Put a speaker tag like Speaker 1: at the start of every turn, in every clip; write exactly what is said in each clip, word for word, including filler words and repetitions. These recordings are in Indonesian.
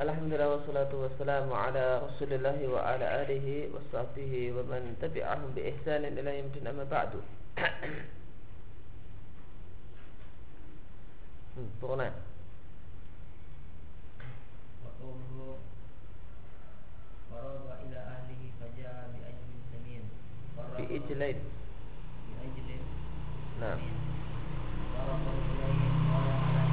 Speaker 1: Alhamdulillah wassalatu wassalamu ala Rasulillah wa ala alihi wa sahbihi wa man tabi'ahum bi ihsanin ila yaumil amma ba'du. Hmm, purna.
Speaker 2: Wa qawluhu faraga ila ahlihi faja'a bi ajlin samin.
Speaker 1: Bi ijlain.
Speaker 2: Bi ajlin.
Speaker 1: Nah.
Speaker 2: Faraga ilayhi qala ala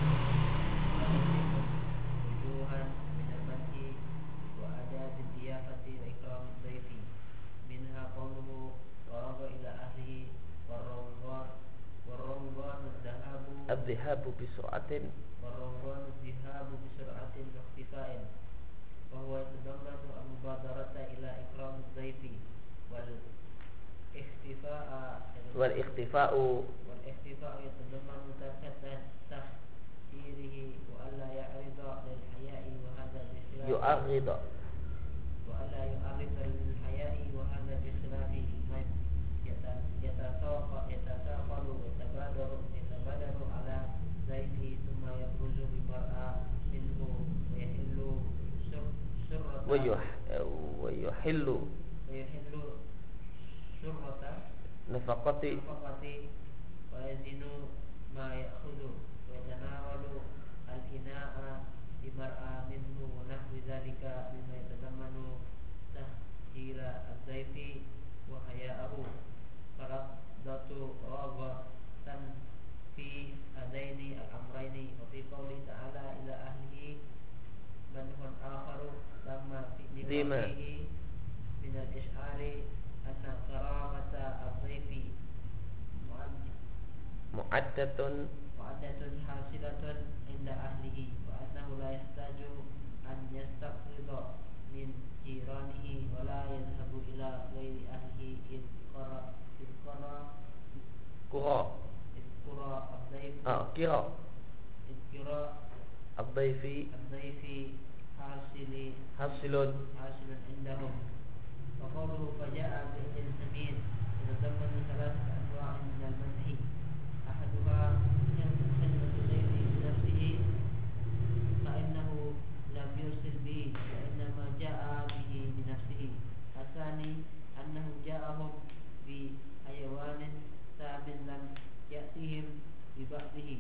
Speaker 2: wujuhan min al-madhi wa adab al-diyafati wa ikram al-dhayfi. Minha qawluhu faraga ila ahlihi warrawgan warrawgan al-dhahabu
Speaker 1: Adh-dhahabu bi sur'atin
Speaker 2: warrawgan al-dhahabu bi sur'atin wa ikhtifa'in. Bahwa yatadammanu al-mubadarata ila ikram al-dhayfi wal ikhtifa'a
Speaker 1: wal ikhtifa'u
Speaker 2: wal ikhtifa'u yatadammanu tarkata tahirihi wa alla ya'rida lil haya'i wa hadha bi khilafi
Speaker 1: yu'arrida
Speaker 2: wa alla yu'arrida lil haya'i wa hadha bi khilafi ma yatasaqa yatasaqalu wa yatabadaru yatabadaru ala zaifi thumma yabruzu bi mar'a minhu wa yahillu surrata
Speaker 1: wa yuh wa yuhillu
Speaker 2: wa yahillu surrata
Speaker 1: nafaqati
Speaker 2: nafaqati wa yazinu ma ya'khudhu wa yatanawalu al-ina'a bi mar'a minhu wa nahwi dhalika mimma yatadammanu tahira az-zaifi wa haya'ahu faradatu raghatan fi hadaini al-amrayni wa fi qawli ta'ala ila ahlihi manhun akharu lamma fi
Speaker 1: Lima.
Speaker 2: nifaqihi min al-ish'ari anna karamata al-dhayfi
Speaker 1: mu'addatun
Speaker 2: mu'addatun hasilatun inda ahlihi wa annahu la yahtaju an yastaqrida min jiranihi wa la yadhhabu ila ghairi ahlihi id qara id qara
Speaker 1: qura
Speaker 2: id qura al-dhayfi
Speaker 1: ah qira
Speaker 2: id qira
Speaker 1: ad-dhayfi
Speaker 2: al-dhayfi hasili
Speaker 1: hasilun
Speaker 2: hasilun indahum. Wa qawluhu faja'a bi'il samin yatadammanu thalathata anwa'in min al-madhi ahaduha khidmatu dhayfi bi nafsihi fa innahu lam yursil bihi wa innama ja'a bihi bi nafsihi. Asani annahu ja'ahum bi hayawanin sabin lam ya'tihim bi ba'dihi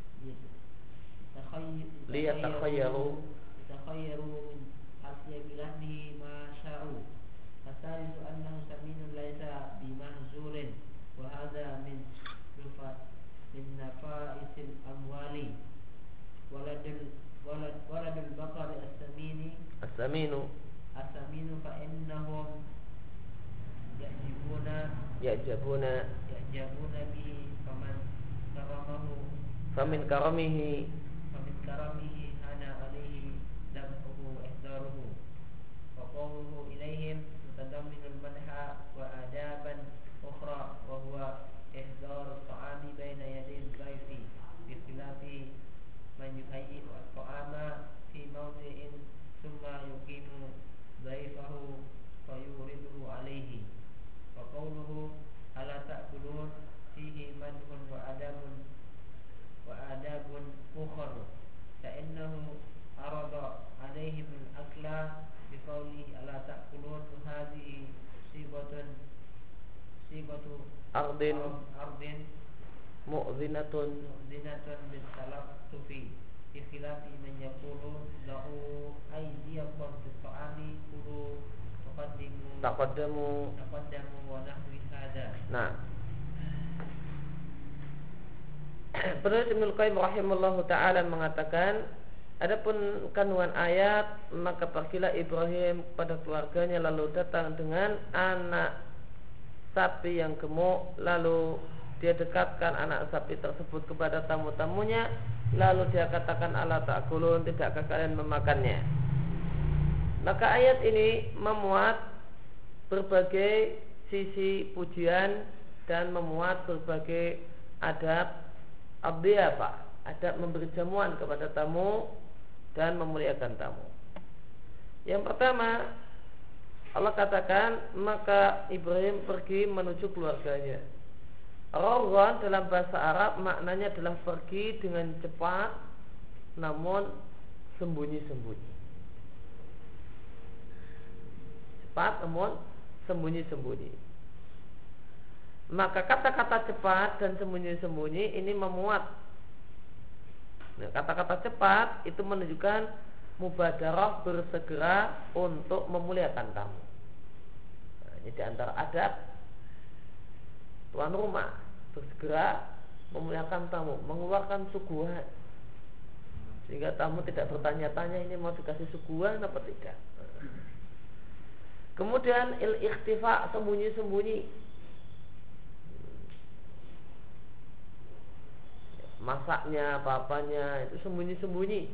Speaker 1: liyatakhayaru
Speaker 2: takhayyaru min asyabi lahmihi ma sya'u. Asalisu annahu saminun laisa bimahzurin wa hadha min nufat min nafaisil amwali waladul walad waladul baqari as-samini
Speaker 1: as-saminu
Speaker 2: as-saminu fa innahum ya'jibuna
Speaker 1: ya'jabuna
Speaker 2: ya'jabuna bi faman karamahu
Speaker 1: famin karamihi
Speaker 2: famin karamihi hana alaihi dam'uhu wa ihdaruhu. Wa qawluhu ilaihim mutadamminul madha wa adaban ukhra wa huwa ihdaru ta'ami baina yaday dhaifi bi khilafi man yuhayyi'u at-ta'ama fi mawdi'in thumma yuqimu dhaifahu fa yuriduhu alaihi. Wa qawluhu ala ta'kulun fihi madhun wa adabun wa adabun ukhra fa innahu arada alaihim al-akla bi qawli ala ta'kulun hadhihi sigatun sigatu
Speaker 1: ardin
Speaker 2: ardin
Speaker 1: mu'dhinatun
Speaker 2: mu'dhinatun bis talaffufi fi khilafi man yaqulu lahu aydiyakum fi ta'ami kulu taqaddimu
Speaker 1: taqaddamu
Speaker 2: taqaddamu wa nahwi hadha.
Speaker 1: Nah, penulis Ibnu Qayyim rahimahullahu taala mengatakan, adapun kandungan ayat, maka pergilah Ibrahim kepada keluarganya lalu datang dengan anak sapi yang gemuk, lalu dia dekatkan anak sapi tersebut kepada tamu-tamunya, lalu dia katakan ala ta'kulun, tidakkah kalian memakannya? Maka ayat ini memuat berbagai sisi pujian dan memuat berbagai adab abdiyafah, adab memberi jamuan kepada tamu dan memuliakan tamu. Yang pertama, Allah katakan maka Ibrahim pergi menuju keluarganya. Raghan dalam bahasa Arab maknanya adalah pergi dengan cepat, namun sembunyi-sembunyi. Cepat namun sembunyi-sembunyi. Maka kata-kata cepat dan sembunyi-sembunyi ini memuat. Nah, kata-kata cepat itu menunjukkan mubadarah, bersegera untuk memuliakan tamu. Nah, ini di antara adab tuan rumah, bersegera memuliakan tamu, mengeluarkan suguhan, sehingga tamu tidak bertanya-tanya ini mau dikasih suguhan apa tidak. Kemudian il-ikhtifa, sembunyi-sembunyi. Masaknya, apa-apanya itu sembunyi-sembunyi.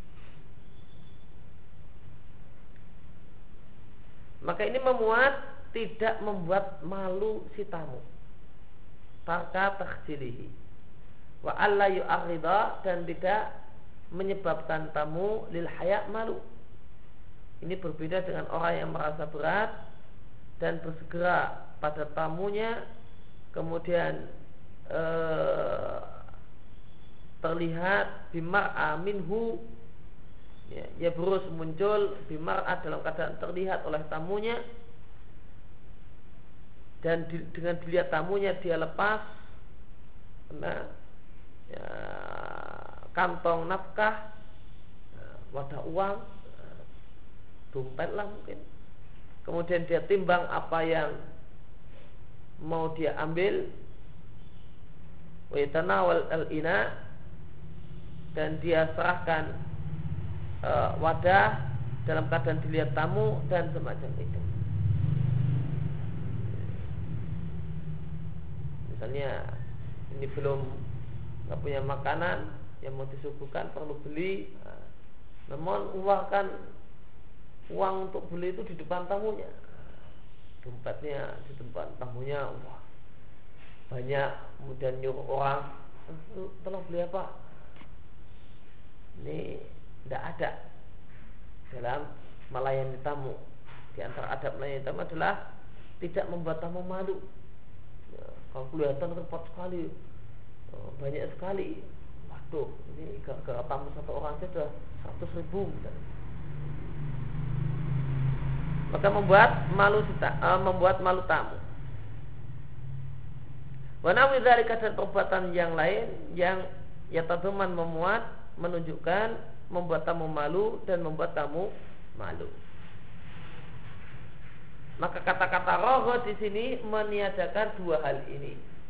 Speaker 1: Maka ini memuat tidak membuat malu si tamu. Tarka takhjilihi wa alla yu'arrida, dan tidak menyebabkan tamu lil haya, malu. Ini berbeda dengan orang yang merasa berat dan bersegera pada tamunya, kemudian ee, terlihat bimar'a minhu, ya, ya berus muncul bimar'a dalam keadaan terlihat oleh tamunya, dan di, dengan dilihat tamunya dia lepas nah, ya, kantong nafkah, wadah uang, dompet lah mungkin. Kemudian dia timbang apa yang mau dia ambil, wa yatanawal al-ina, dan dia serahkan e, wadah dalam keadaan dilihat tamu dan semacam itu. Misalnya ini belum nggak punya makanan yang mau disuguhkan, perlu beli, nah, namun mengeluarkan uang untuk beli itu di depan tamunya, dompetnya di depan tamunya, wah banyak, kemudian nyuruh orang, tolong beli apa? Ini tidak ada dalam melayani tamu. Di antara adab melayani tamu adalah tidak membuat tamu malu. Ya, kalau kelihatan repot sekali, banyak sekali, waduh, ini gara-gara tamu satu orang saja sudah seratus ribu misalnya. Maka membuat malu uh, membuat malu tamu. Wa nawi dzalika, dan perbuatan yang lain yang yataduman memuat, menunjukkan membuat tamu malu dan membuat tamu malu. Maka kata-kata roho di sini meniadakan dua hal ini.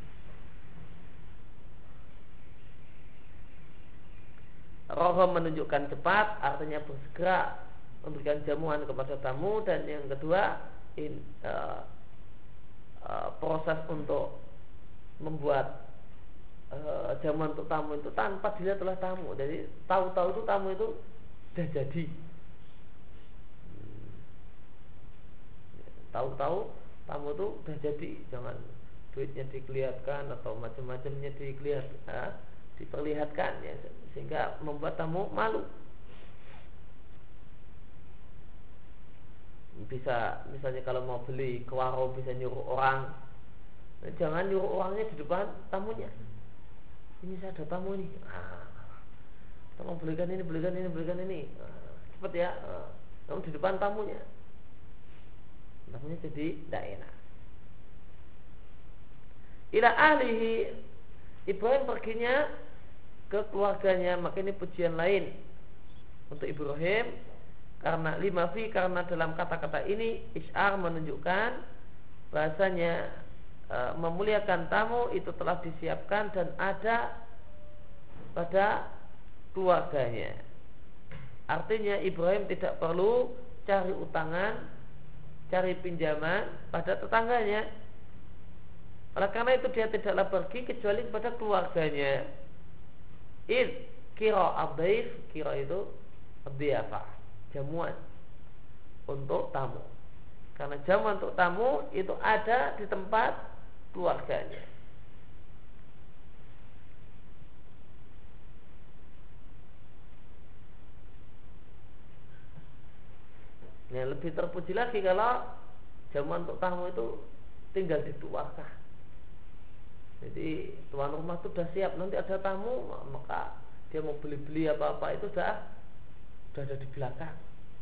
Speaker 1: Roho menunjukkan cepat, artinya bersegera memberikan jamuan kepada tamu, dan yang kedua in, uh, uh, proses untuk membuat uh, jamuan untuk tamu itu tanpa dilihat oleh tamu. Jadi tahu-tahu itu tamu itu sudah jadi, hmm. tahu-tahu tamu itu sudah jadi, jangan duitnya dikelihatkan atau macam-macamnya dikelihat, uh, diperlihatkan, ya, sehingga membuat tamu malu. Bisa misalnya kalau mau beli ke warung bisa nyuruh orang, jangan nyuruh orangnya di depan tamunya. Ini saya ada tamu nih, ah, tolong belikan ini, belikan ini, belikan ini, ah, cepat ya, ah, namun di depan tamunya, tamunya jadi tidak enak. Ila ahlihi, Ibrahim perginya ke keluarganya. Maka ini pujian lain untuk Ibrahim. Karena lima fi, karena dalam kata-kata ini isyar menunjukkan bahasanya e, memuliakan tamu itu telah disiapkan dan ada pada keluarganya. Artinya Ibrahim tidak perlu cari utangan, cari pinjaman pada tetangganya. Oleh karena itu dia tidaklah pergi kecuali kepada keluarganya. Id kira abdaif, kira itu abdiafah, jamuan untuk tamu. Karena jamuan untuk tamu itu ada di tempat keluarganya. Nah, lebih terpuji lagi kalau jamuan untuk tamu itu tinggal di keluarga. Jadi tuan rumah itu sudah siap, nanti ada tamu, maka dia mau beli-beli apa-apa itu sudah sudah ada di belakang.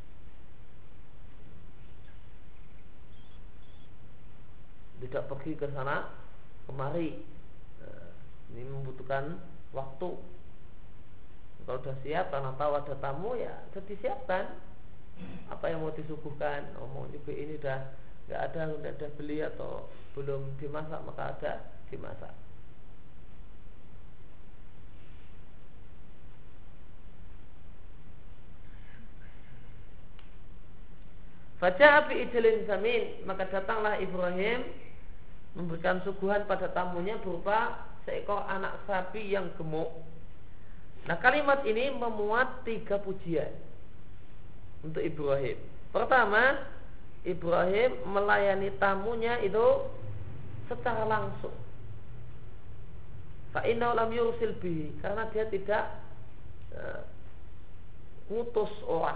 Speaker 1: Tidak pergi ke sana kemari. Nah, ini membutuhkan waktu. Kalau sudah siap karena tahu ada tamu, ya sudah disiapkan apa yang mau disuguhkan. Oh, mau juga ini dah nggak ada, udah ada beli atau belum dimasak, maka ada dimasak. Faja'a bi ijlin samin, maka datanglah Ibrahim memberikan suguhan pada tamunya berupa seekor anak sapi yang gemuk. Nah, kalimat ini memuat tiga pujian untuk Ibrahim. Pertama, Ibrahim melayani tamunya itu secara langsung. Fa innahu lam yursil bihi, karena dia tidak uh, ngutus orang,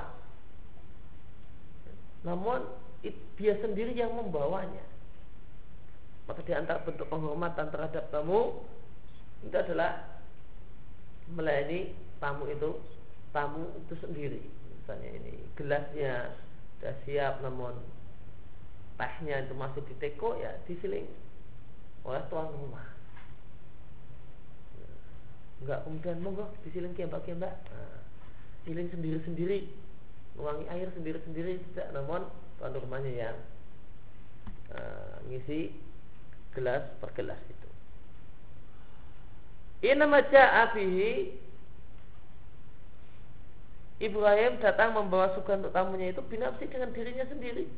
Speaker 1: namun it, dia sendiri yang membawanya. Maka di antara bentuk penghormatan terhadap tamu itu adalah melayani tamu itu tamu itu sendiri. Misalnya ini gelasnya sudah siap, namun tehnya itu masih di teko, ya disiling oleh tuan rumah. Enggak kemudian monggo disiling ke mbak mbak, nah, siling sendiri-sendiri, nuangi air sendiri-sendiri, tidak, namun tuan rumahnya yang uh, ngisi gelas per gelas itu. Inna maja'a fihi, Ibrahim datang membawa suguhan untuk tamunya itu binafsi, dengan dirinya sendiri.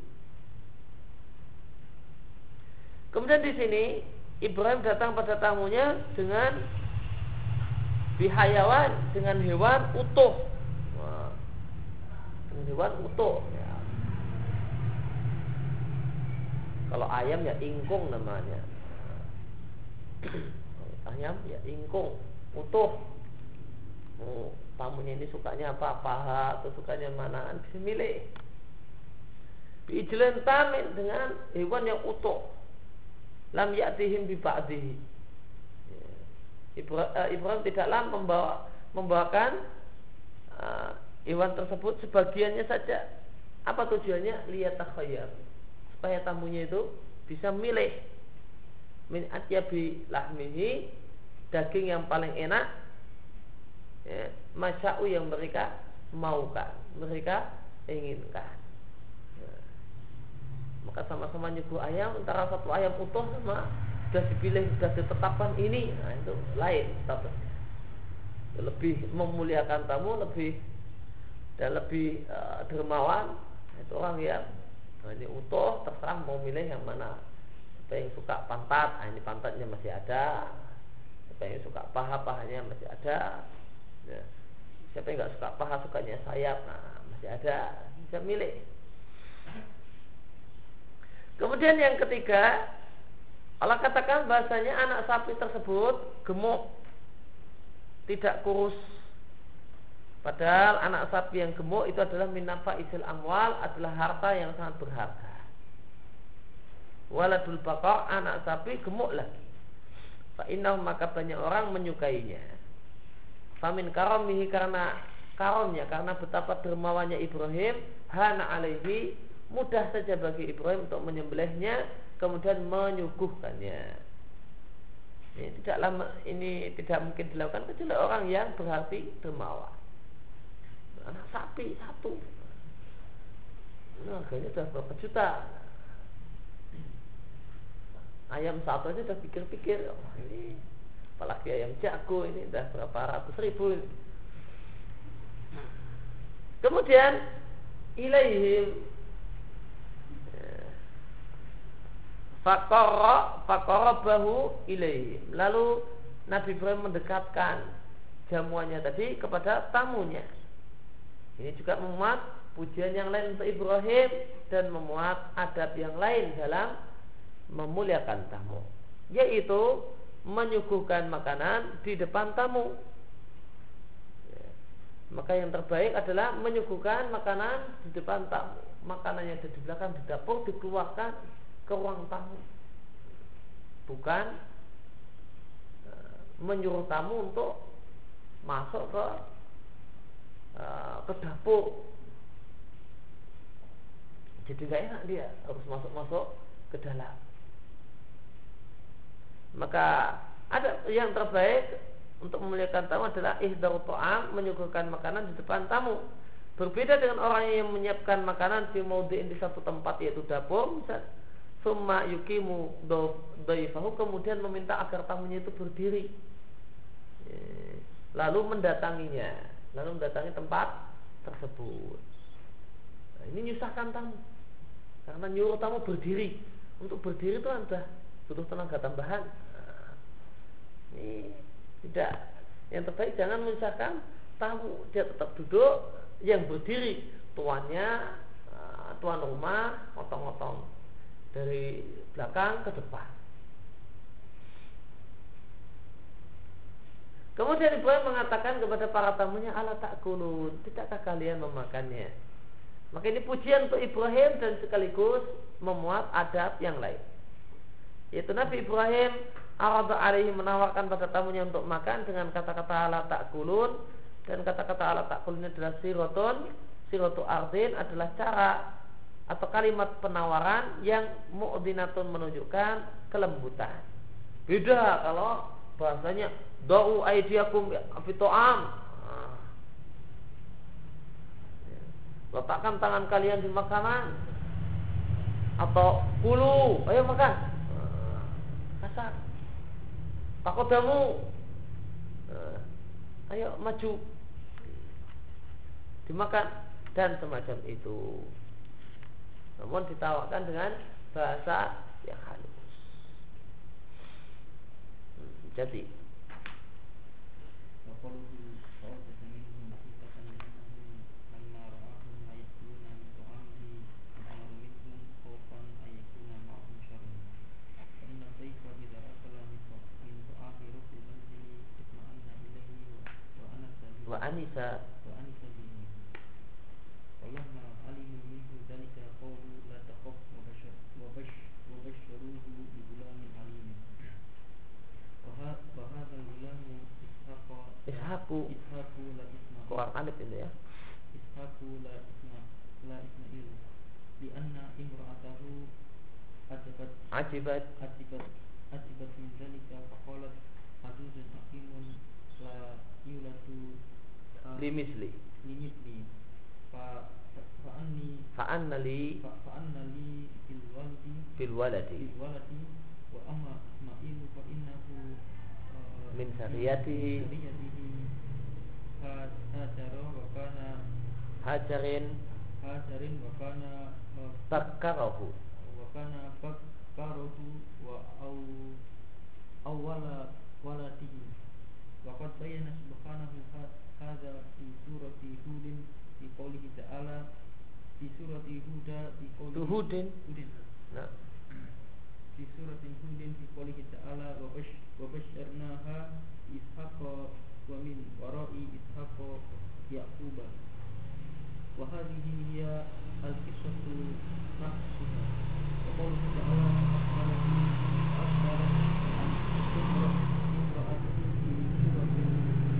Speaker 1: Kemudian di sini Ibrahim datang pada tamunya dengan bihayawan, dengan hewan utuh. Wah, dengan hewan utuh. Ya. Kalau ayam ya ingkung namanya. Ayam ya ingkung utuh. Oh, tamunya ini sukanya apa, paha atau sukanya mana, bisa milih. Biijlan tamin, dengan hewan yang utuh. Lam ya'tihim bi ba'dihi. Ibrahim tidaklah membawa membawakan uh, hewan tersebut sebagiannya saja. Apa tujuannya? Liyatakhayyar, supaya tamunya itu bisa milih min atyabi lahmihi, daging yang paling enak, ya, masya'u yang mereka maukan, mereka inginkan. Ya. Maka sama-sama nyuguh ayam, antara satu ayam utuh sama sudah dipilih, sudah ditetapkan ini, nah itu lain statusnya. Lebih memuliakan tamu, lebih dan lebih uh, dermawan. Itu orang yang nah, ini utuh, terserah mau milih yang mana. Siapa yang suka pantat, nah ini pantatnya masih ada. Siapa yang suka paha, pahanya masih ada. Ya. Siapa yang nggak suka paha, sukanya sayap, nah masih ada, bisa milih. Kemudian yang ketiga, Allah katakan bahasanya anak sapi tersebut gemuk, tidak kurus. Padahal anak sapi yang gemuk itu adalah minafa isil amwal, adalah harta yang sangat berharga. Waladul baqar, anak sapi gemuk lagi. Fa innahu, maka banyak orang menyukainya. Famin karamihi, karena karomnya, karena betapa dermawannya Ibrahim, hana alaihi, mudah saja bagi Ibrahim untuk menyembelihnya, kemudian menyuguhkannya. Ini tidak lama, ini tidak mungkin dilakukan kecuali orang yang berhati dermawan. Anak sapi satu, ini harganya sudah berapa juta. Ayam satu aja sudah pikir-pikir, oh ini apalagi ayam jago, ini sudah berapa ratus ribu ini. Kemudian ilaihim, Fakara fakarabahu ilaihim. Lalu Nabi Ibrahim mendekatkan jamuannya tadi kepada tamunya. Ini juga memuat pujian yang lain untuk Ibrahim dan memuat adab yang lain dalam memuliakan tamu, yaitu menyuguhkan makanan di depan tamu. Ya. Maka yang terbaik adalah menyuguhkan makanan di depan tamu. Makanan yang ada di belakang di dapur dikeluarkan ke ruang tamu, bukan uh, menyuruh tamu untuk masuk ke uh, ke dapur. Jadi nggak enak dia harus masuk-masuk ke dalam. Maka ada yang terbaik untuk memuliakan tamu adalah ihdaru ta'am, menyuguhkan makanan di depan tamu. Berbeda dengan orang yang menyiapkan makanan di maudhi'in, di satu tempat yaitu dapur, misal summa yukimu dhaifahu, kemudian meminta agar tamunya itu berdiri, lalu mendatanginya, lalu mendatangi tempat tersebut. Nah, ini nyusahkan tamu, karena nyuruh tamu berdiri. Untuk berdiri itu anda butuh tenaga tambahan. Nah, ini tidak. Yang terbaik jangan menyusahkan tamu, dia tetap duduk, yang berdiri tuannya, tuan rumah, otong-otong dari belakang ke depan. Kemudian Ibrahim mengatakan kepada para tamunya, ala ta'kulun, tidakkah kalian memakannya? Maka ini pujian untuk Ibrahim dan sekaligus memuat adab yang lain, yaitu Nabi Ibrahim arada alaihi, menawarkan pada tamunya untuk makan dengan kata-kata ala ta'kulun. Dan kata-kata ala ta'kulun adalah sirotun, sirotu ardin, adalah cara atau kalimat penawaran yang mu'dinatun, menunjukkan kelembutan. Beda kalau bahasanya da'u aidiakum fito'am, letakkan tangan kalian di makanan, atau kulu, ayo makan, kasar. Takodamu, ayo maju, dimakan, dan semacam itu. Namun ditawarkan dengan bahasa yang halus. hmm, Jadi wa anisa Ishaku keluar alif ini ya.
Speaker 2: Ishaku la isma la ismail li anna imra'atahu ajibat
Speaker 1: ajibat
Speaker 2: ajibat ajibat min dzalika faqalat azizun hakimun la yulatu
Speaker 1: limisli
Speaker 2: limisli fa fa anni
Speaker 1: fa anna li
Speaker 2: fa fa anna li fil waladi
Speaker 1: fil waladi
Speaker 2: fil waladi wa amma ismailu fa innahu
Speaker 1: min sariyatihi
Speaker 2: hajara wa kana
Speaker 1: hajarin
Speaker 2: hajarin wa kana
Speaker 1: bakkarahu
Speaker 2: wa kana bakkarahu wa au awwala waladihi wa qad bayyana subhanahu hadza fi surati hudin fi qoulihi ta'ala fi surati huda fi qoulihi
Speaker 1: hudin
Speaker 2: hudin
Speaker 1: nah
Speaker 2: fi surati hudin fi qoulihi ta'ala wa bash wa basyarnaha ishaqa wa min wara'i ishaqa yaquba wa hadhihi hiya al-qissatu nafsuha wa qawluhu ta'ala akhbarani akhbarani an imra'atuhu fi suratin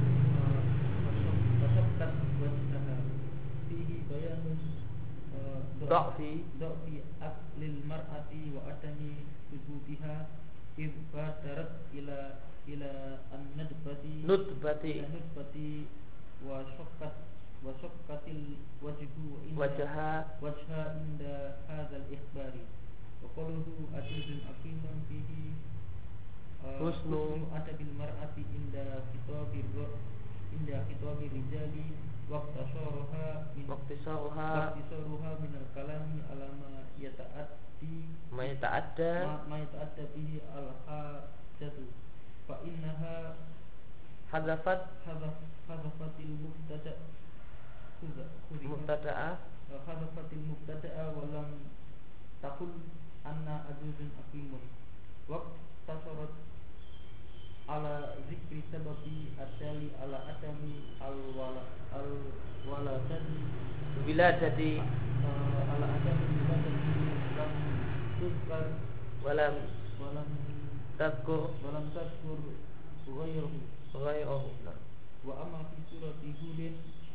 Speaker 2: fasabtat wajhaha fihi bayanun
Speaker 1: dha'fi
Speaker 2: dha'fi aqlil mar'ati wa adami thubutiha idh badarat ila ila an-nadbati
Speaker 1: nutbati
Speaker 2: nutbati wa syakkat wa syakkatil wajhu wa inda
Speaker 1: wajha
Speaker 2: wajha inda hadzal ikhbari wa qawluhu azizun hakimun fihi
Speaker 1: husnu
Speaker 2: adabil mar'ati inda khitabir inda khitabir rijali waqtasaraha min
Speaker 1: waqtisaruha
Speaker 2: waqtisaruha min al-kalami ala ma yata'addi
Speaker 1: ma yata'adda
Speaker 2: ma yata'adda bihi al-hajatu fa innaha
Speaker 1: hadafat
Speaker 2: hadafatil mubtada
Speaker 1: mubtada'a
Speaker 2: hadafatil mubtada'a wa lam taqul anna ajuzun aqimun wa tasarat ala zikri sababi adali ala adami al wala al wala tadi
Speaker 1: bila jadi
Speaker 2: ala adami bila tadi lam tuzkar
Speaker 1: walam
Speaker 2: walam
Speaker 1: tadkur
Speaker 2: walam tadkur ghayruhu
Speaker 1: ghayruhu nah
Speaker 2: wa amma fi surati hudin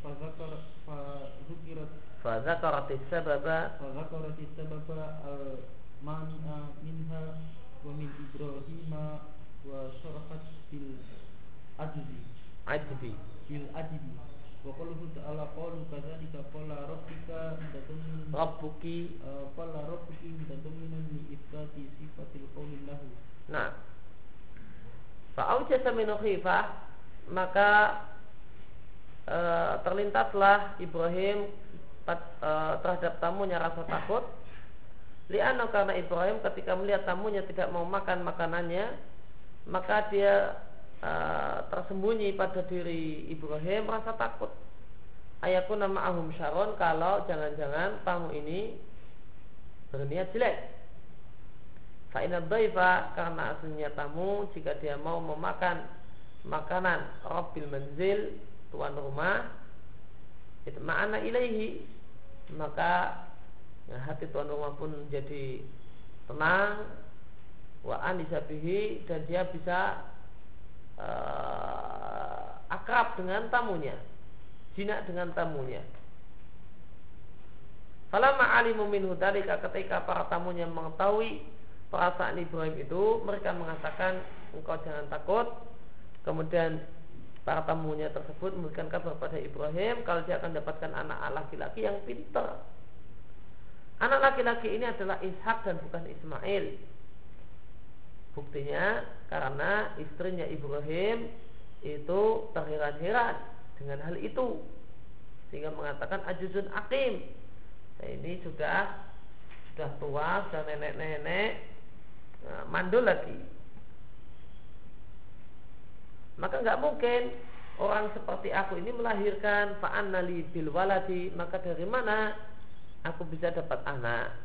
Speaker 2: Fazakar Fazukirat
Speaker 1: Fadzakaratis sababa
Speaker 2: Fazakaratis sababa al-mani'a minha wa min Ibrahima wa syarahat bil ajzi
Speaker 1: ajbi
Speaker 2: bil ajzi wa qaluhu ta'ala qalu kadzalika qala rabbika tadammin
Speaker 1: rabbuki
Speaker 2: qala rabbuki tadammin li ifati sifatil qawli lahu.
Speaker 1: Nah, fa'aujasa min khifah, maka e, terlintaslah Ibrahim pad, e, terhadap tamunya rasa takut. Li'anna, karena Ibrahim ketika melihat tamunya tidak mau makan makanannya, maka dia e, tersembunyi pada diri Ibrahim rasa takut. Ayakuna ma'ahum syaron, kalau jangan-jangan tamu ini berniat jelek. Fa'inad dhaifa, karena aslinya tamu jika dia mau memakan makanan rabbil manzil, tuan rumah, itu ma'ana ilaihi, maka ya, hati tuan rumah pun jadi tenang, wa anisabihi, dan dia bisa uh, akrab dengan tamunya, jinak dengan tamunya. Falamma alimu minhu dzalika, ketika para tamunya mengetahui perasaan Ibrahim itu, mereka mengatakan engkau jangan takut. Kemudian para tamunya tersebut memberikan kabar pada Ibrahim kalau dia akan dapatkan anak laki-laki yang pintar. Anak laki-laki ini adalah Ishak dan bukan Ismail. Buktinya karena istrinya Ibrahim itu terheran-heran dengan hal itu, sehingga mengatakan ajuzun aqim. Nah, ini sudah sudah tua, sudah nenek-nenek, nah, mandul lagi. Maka nggak mungkin orang seperti aku ini melahirkan. Fa'annali bil waladi, maka dari mana aku bisa dapat anak?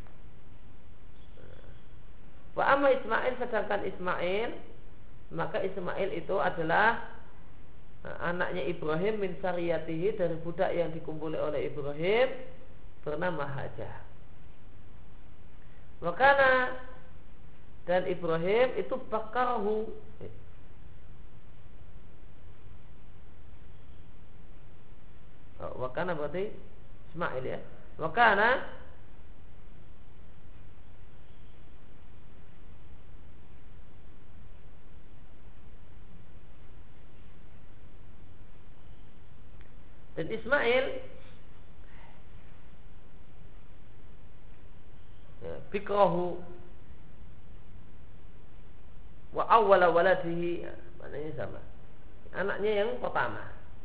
Speaker 1: Wa amma Ismail, sedangkan Ismail, maka Ismail itu adalah anaknya Ibrahim min sariyatihi, dari budak yang dikumpuli oleh Ibrahim bernama Hajar. Wakana, dan Ibrahim itu bakarahu, oh, wakana berarti Ismail ya. Wakana, dan Ismail ya, fikrahu wa awwala waladihi, maknanya sama, anaknya yang pertama.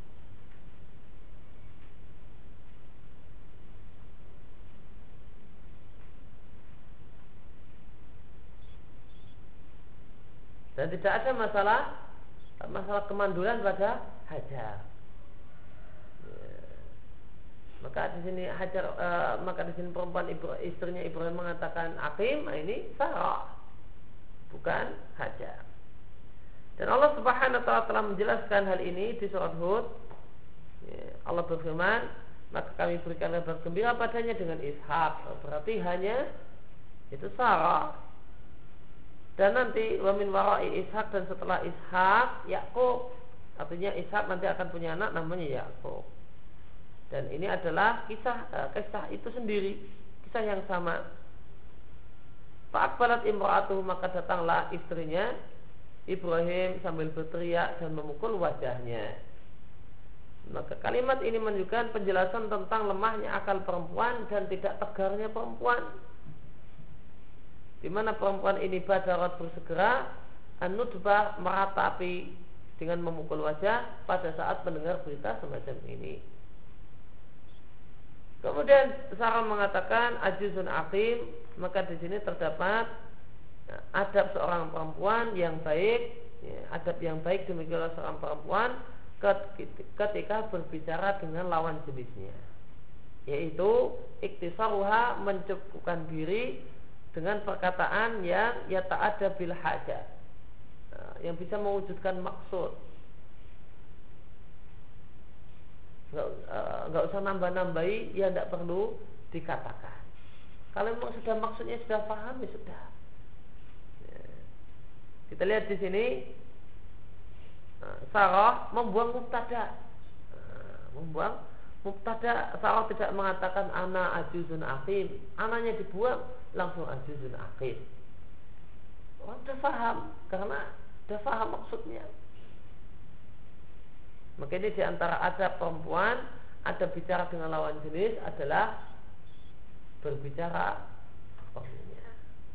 Speaker 1: Dan tidak ada masalah masalah kemandulan pada Hajar. Ya. Maka di sini Hajar, uh, maka di sini perempuan ibu, istrinya Ibrahim mengatakan Aqim, ini Sarah, bukan Hajar. Dan Allah Subhanahu wa taala telah menjelaskan hal ini di surat Hud. Ya, Allah berfirman, maka kami berikan kabar gembira padanya dengan Ishak. Berarti hanya itu Sarah. Dan nanti wa min wara'i Ishak, dan setelah Ishak Yakub, artinya Ishak nanti akan punya anak namanya Yakub. Dan ini adalah kisah uh, kisah itu sendiri, kisah yang sama. Fa'aqbalat imra'atuhu, maka datanglah istrinya Ibrahim sambil berteriak dan memukul wajahnya. Maka kalimat ini menunjukkan penjelasan tentang lemahnya akal perempuan dan tidak tegarnya perempuan, di mana perempuan ini badarat bersegera an-nudbah, meratapi dengan memukul wajah pada saat mendengar berita semacam ini. Kemudian Sarah mengatakan ajuzun aqim, maka di sini terdapat adab seorang perempuan yang baik, ya, adab yang baik demikianlah seorang perempuan ketika berbicara dengan lawan jenisnya, yaitu iktisaruha, mencukupkan diri dengan perkataan yang ya ta'adda bil hajat, yang bisa mewujudkan maksud. Nggak, nggak usah nambah-nambahi yang tidak perlu dikatakan. Kalau memang sudah maksudnya sudah paham, ya sudah. Ya. Kita lihat di sini, Sarah membuang mubtada, membuang mubtada. Sarah tidak mengatakan ana ajuzun aqim, ananya dibuang, langsung ajuzun aqim. Orang sudah paham karena sudah paham maksudnya. Maka ini diantara adab perempuan, ada bicara dengan lawan jenis adalah berbicara sepertinya.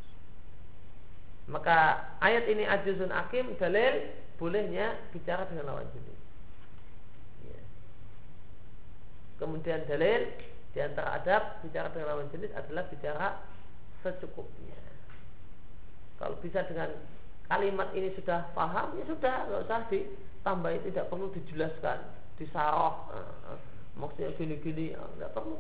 Speaker 1: Maka ayat ini ajuzun aqim dalil bolehnya bicara dengan lawan jenis. Ya. Kemudian dalil diantara adab bicara dengan lawan jenis adalah bicara secukupnya. Kalau bisa dengan kalimat ini sudah paham, ya sudah, nggak usah ditambah, tidak perlu dijelaskan, disarok, uh, maksudnya gini-gini, nggak perlu.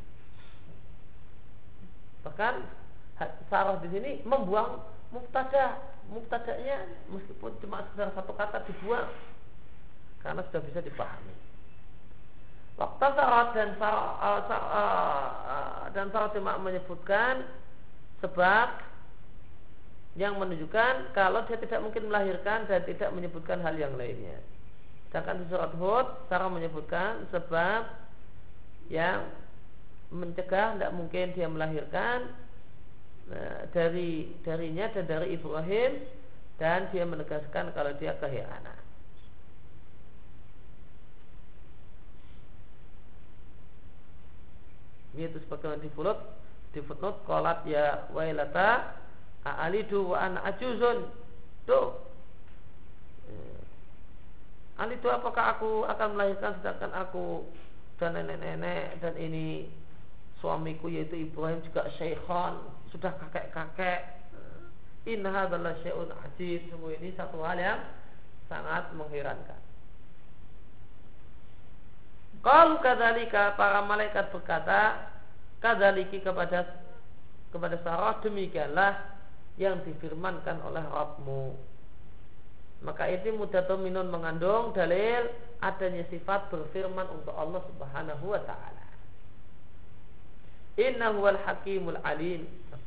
Speaker 1: Bahkan sarah di sini membuang mubtada, mubtadanya meskipun cuma sekedar satu kata dibuang, karena sudah bisa dipahami. Waktu sarah dan sarah uh, uh, dan sarah cuma menyebutkan sebab yang menunjukkan kalau dia tidak mungkin melahirkan dan tidak menyebutkan hal yang lainnya. Sedangkan di surat Hud, Sarah menyebutkan sebab yang mencegah tidak mungkin dia melahirkan nah, dari darinya dan dari Ibrahim, dan dia menegaskan kalau dia kehilangan. Ini itu sebagaimana di footnote, di footnote qalat ya wailata alidu wa ana ajuzun. Tuh. Alidu, apakah aku akan melahirkan sedangkan aku dan nenek-nenek dan ini suamiku yaitu Ibrahim juga syaikhan, sudah kakek-kakek. Inna hadzal syai'un ajib. Semua ini satu hal yang sangat mengherankan. Qalu kadzalika, para malaikat berkata kadzaliki kepada kepada Sarah, demikianlah yang difirmankan oleh Rabbmu. Maka itu mudatominun mengandung dalil adanya sifat berfirman untuk Allah Subhanahu wa ta'ala. Innahu wal hakimul alim.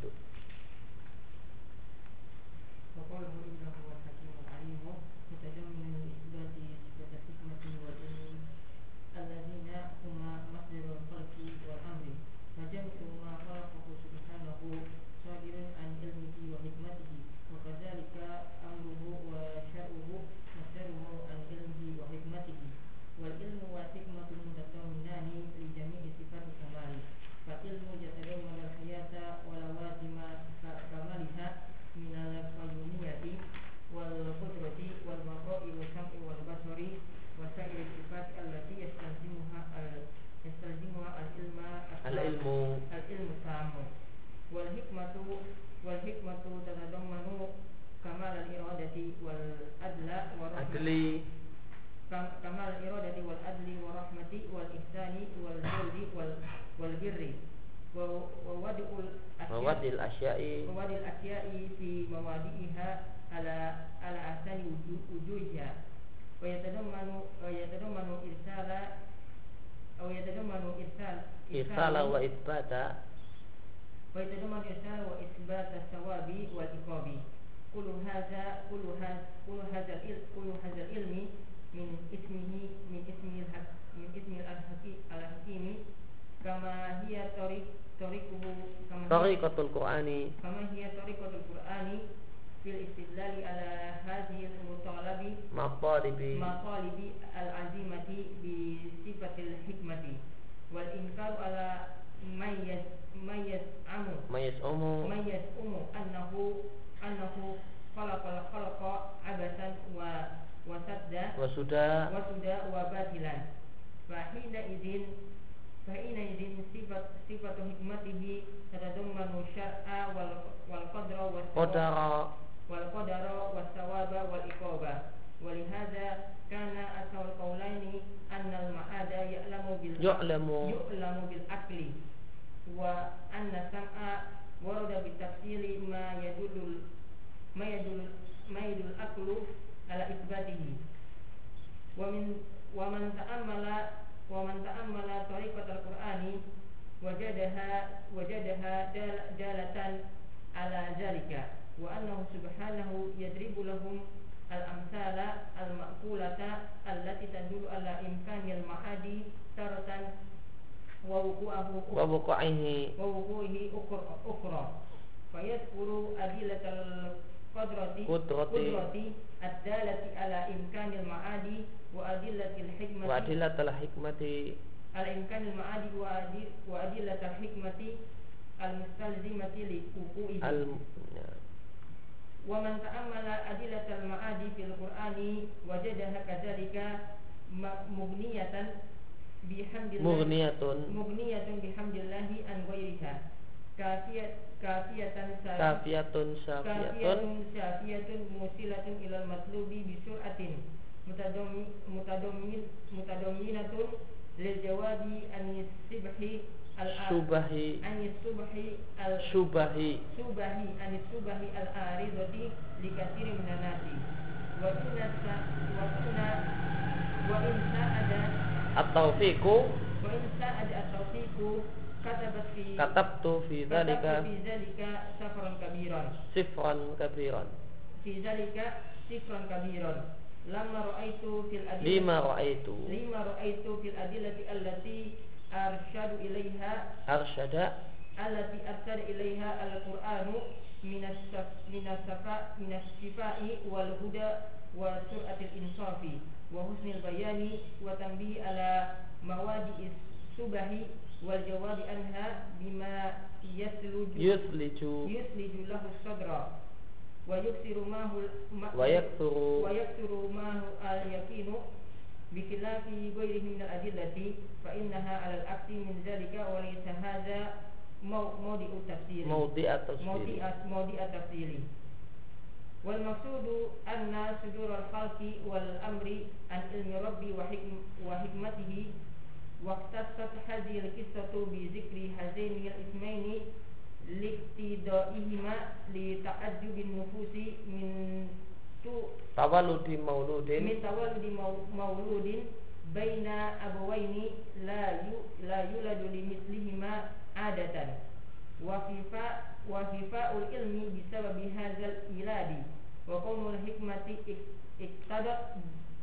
Speaker 1: Mawadil asya'i Mawadil asya'i fi mawadi'iha ala ala asani wujuhnya wa yatadammanu wa yatadammanu irsala wa yatadammanu irsal irsala wa itsbata wa yatadammanu irsala wa itsbata sawabi wal iqabi kullu hadza kullu hadza kullu hadza il kullu hadza ilmi min ismihi min ismil haq min ismil al-hakim al-hakimi kama hiya tariq tariquhu kama tariqatul qur'ani kama hiya tariqatul qur'ani fil istidlali ala hadhihi al-mutalabi maqalibi maqalibi al-azimati bi sifatil hikmati wal inkar ala mayyaz mayyaz amu mayyaz umu mayyaz umu annahu annahu khalaqa khalaqa abasan wa wasadda wasuda wasuda wa batilan fa hina idzin فإن إذن صفة صفة حكمته تتضمن الشرع والقدر والقدر والقدر والثواب والعقاب ولهذا كان أصل القولين أن المعاد يعلم يعلم يعلم بالعقل وأن السمع ورد بالتفصيل ما يدل ما يدل ما يدل العقل على إثباته ومن ومن تأمل ومن تأمل طريقة القرآن وجدها وجدها جالة على ذلك وأنه سبحانه يضرب لهم
Speaker 2: al-amsala al-ma'qulata allati tadullu ala imkanil ma'adi taratan wa wuqu'ahu
Speaker 1: wa wuqu'ihi
Speaker 2: wa wuqu'ihi ukhra fayadhkuru adilatal qudrati qudrati ad-dalati ala imkanil ma'adi wa adillatil hikmati
Speaker 1: wa adillatil hikmati
Speaker 2: ala imkanil ma'adi wa adil wa adillatil hikmati al-mustalzimati li wuqu'ihi wa man ta'ammala adillatal ma'adi fil qur'ani wajadaha kadzalika mughniyatan bihamdillah
Speaker 1: mughniyatun
Speaker 2: mughniyatun bihamdillahi an ghairiha kafiyat kafiyatan
Speaker 1: kafiyatun syafiyatun
Speaker 2: syafiyatun musilatun ilal matlubi bi sur'atin mutadammin mutadammin mutadamminatun lil jawabi an sibhi
Speaker 1: Subahi
Speaker 2: Anis subahi al
Speaker 1: Subahi
Speaker 2: Subahi Anis subahi al aridati likasiri minanasi wa inna sa wa inna wa insa ada
Speaker 1: at-taufiqu
Speaker 2: wa insa ada at-taufiqu katabat fi
Speaker 1: katabtu fi dzalika
Speaker 2: fi dzalika safran kabiran
Speaker 1: sifran kabiran
Speaker 2: fi dzalika sifran kabiran lamma ra'aitu fil adillati
Speaker 1: lima ra'aitu
Speaker 2: lima ra'aitu fil adillati allati arsyadu ilaiha
Speaker 1: arsyada
Speaker 2: allati arsyada ilaiha al-Qur'anu minas minas safa minas shifai wal huda wa sur'atil insafi wa husnil bayani wa tanbihi ala mawadi subahi wal jawabi anha bima yasluju
Speaker 1: yusliju
Speaker 2: yusliju lahu sadra wa yuksiru mahu
Speaker 1: wa yaksuru
Speaker 2: wa yaksuru mahu al-yaqinu bikhilafi ghairihi min al-adillati fa innaha 'ala al-aqsi min zalika wa laysa hadha mawdi'u tafsiri
Speaker 1: mawdi'at tafsiri
Speaker 2: mawdi'at tafsiri wal maqsudu anna sudur al-khalqi wal amri an ilmi rabbi wa hikm wa hikmatihi wa ikhtassat hadhihi al-qissatu bi dhikri hazaini al-ismaini liqtidaihima li ta'ajjubin nufusi min tu
Speaker 1: tawalludi mauludin
Speaker 2: min tawalludi mauludin baina abawaini la yu la yuladu limithlihima adatan wa fifa wa fifaul ilmi bisababi hadzal iladi wa qaumul hikmati iktadat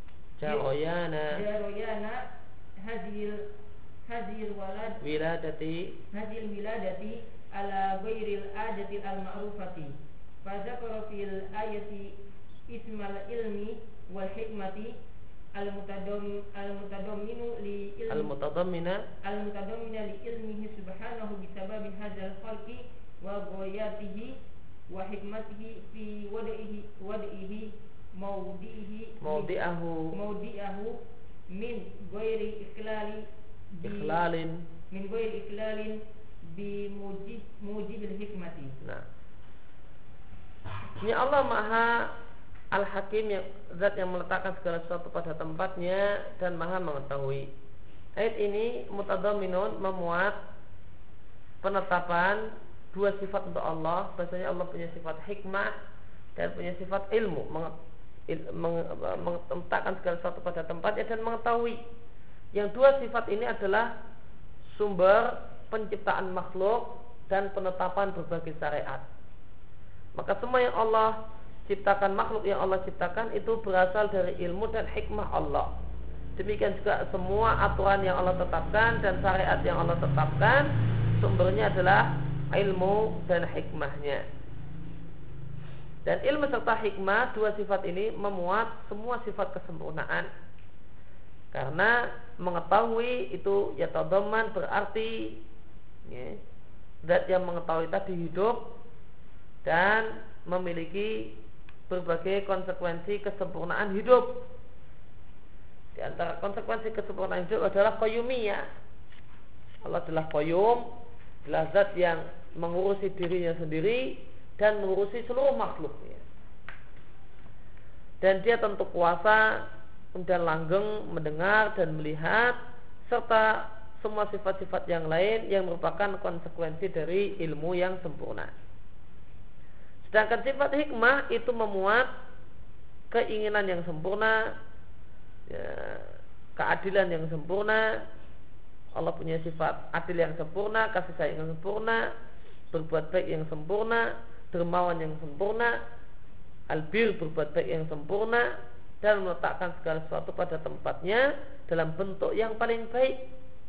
Speaker 1: jaroyana
Speaker 2: jaroyana hadil hadil walad
Speaker 1: wiladati
Speaker 2: hadil wiladati ala ghairil adati al ma'rufati fa dzakara fil ayati ismal ilmi wal hikmati al mutadam al mutadamminu li ilmi
Speaker 1: al mutadammina
Speaker 2: al mutadammina li ilmihi subhanahu bi sababi hadzal khalqi wa ghayatihi wa hikmatihi fi wada'ihi wada'ihi mawdi'ihi
Speaker 1: mawdi'ahu
Speaker 2: mawdi'ahu min ghairi ikhlali
Speaker 1: ikhlalin
Speaker 2: min ghairi iklalin bi mujib mujibil hikmati.
Speaker 1: Nah, ini Allah Maha Al-Hakim, yang zat yang meletakkan segala sesuatu pada tempatnya dan Maha mengetahui. Ayat ini mutadamminun, memuat penetapan dua sifat untuk Allah. Bahasanya Allah punya sifat hikmah dan punya sifat ilmu, meletakkan segala sesuatu pada tempatnya dan mengetahui. Yang dua sifat ini adalah sumber penciptaan makhluk dan penetapan berbagai syariat. Maka semua yang Allah ciptakan, makhluk yang Allah ciptakan itu berasal dari ilmu dan hikmah Allah. Demikian juga semua aturan yang Allah tetapkan dan syariat yang Allah tetapkan, sumbernya adalah ilmu dan hikmahnya. Dan ilmu serta hikmah, dua sifat ini memuat semua sifat kesempurnaan. Karena mengetahui itu yatadamman berarti ya, zat yang mengetahui tadi hidup dan memiliki berbagai konsekuensi kesempurnaan hidup. Di antara konsekuensi kesempurnaan hidup adalah qayyumiyah. Allah adalah qayyum, adalah zat yang mengurusi dirinya sendiri dan mengurusi seluruh makhluknya. Dan dia tentu kuasa dan langgeng mendengar dan melihat serta semua sifat-sifat yang lain yang merupakan konsekuensi dari ilmu yang sempurna. Sedangkan sifat hikmah itu memuat keinginan yang sempurna, ya, keadilan yang sempurna. Allah punya sifat adil yang sempurna, kasih sayang yang sempurna, berbuat baik yang sempurna, dermawan yang sempurna. Albir berbuat baik yang sempurna dan meletakkan segala sesuatu pada tempatnya dalam bentuk yang paling baik.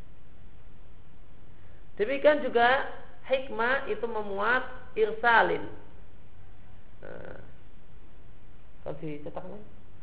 Speaker 1: Demikian juga hikmah itu memuat irsalin. Nah, kalau dicetakkan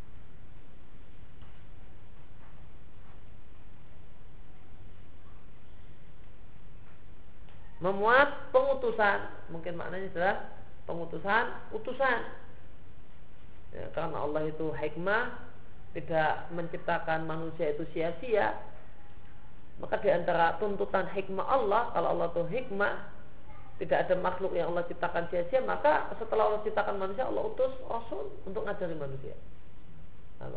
Speaker 1: memuat pengutusan, mungkin maknanya adalah pengutusan utusan. Ya, karena Allah itu hikmah, tidak menciptakan manusia itu sia-sia, maka di antara tuntutan hikmah Allah, kalau Allah itu hikmah, tidak ada makhluk yang Allah ciptakan sia-sia, maka setelah Allah ciptakan manusia, Allah utus Rasul untuk ngajari manusia. Apa?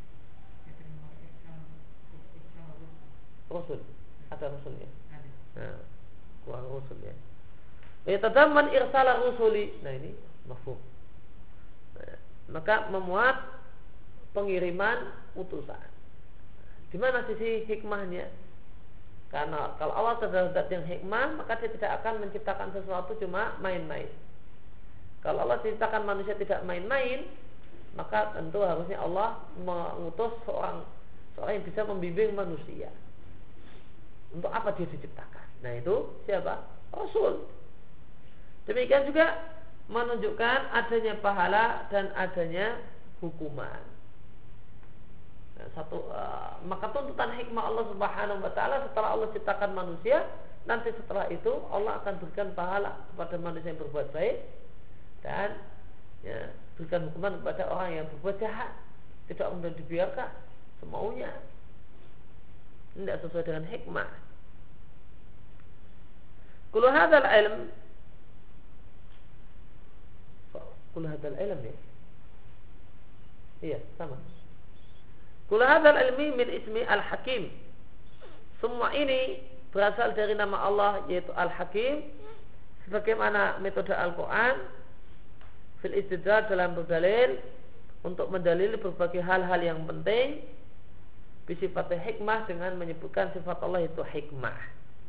Speaker 1: Rasul, ada Rasulnya. Nah, kurang Rasul ya. Yatadamman irsala rusuli. Nah ini mafhum. Nah, maka memuat pengiriman utusan. Di mana sisi hikmahnya? Karena kalau Allah adalah zat yang hikmah, maka dia tidak akan menciptakan sesuatu cuma main-main. Kalau Allah ciptakan manusia tidak main-main, maka tentu harusnya Allah mengutus seorang seorang yang bisa membimbing manusia. Untuk apa dia diciptakan? Nah itu siapa? Rasul. Demikian juga menunjukkan adanya pahala dan adanya hukuman. Nah, satu uh, maka tuntutan hikmah Allah Subhanahu wa taala setelah Allah ciptakan manusia, nanti setelah itu Allah akan berikan pahala kepada manusia yang berbuat baik dan ya, berikan hukuman kepada orang yang berbuat jahat. Tidak kemudian dibiarkan semaunya. Tidak sesuai dengan hikmah. Kullu hadzal ilm Kullu hadzal ilm ya. Iya, sama. Kullu hadzal ilmi min ismi Al-Hakim. Semua ini berasal dari nama Allah yaitu Al-Hakim, sebagaimana metode Al-Qur'an fil istidlal dalam berdalil untuk mendalil berbagai hal-hal yang penting bisifat hikmah dengan menyebutkan sifat Allah itu hikmah.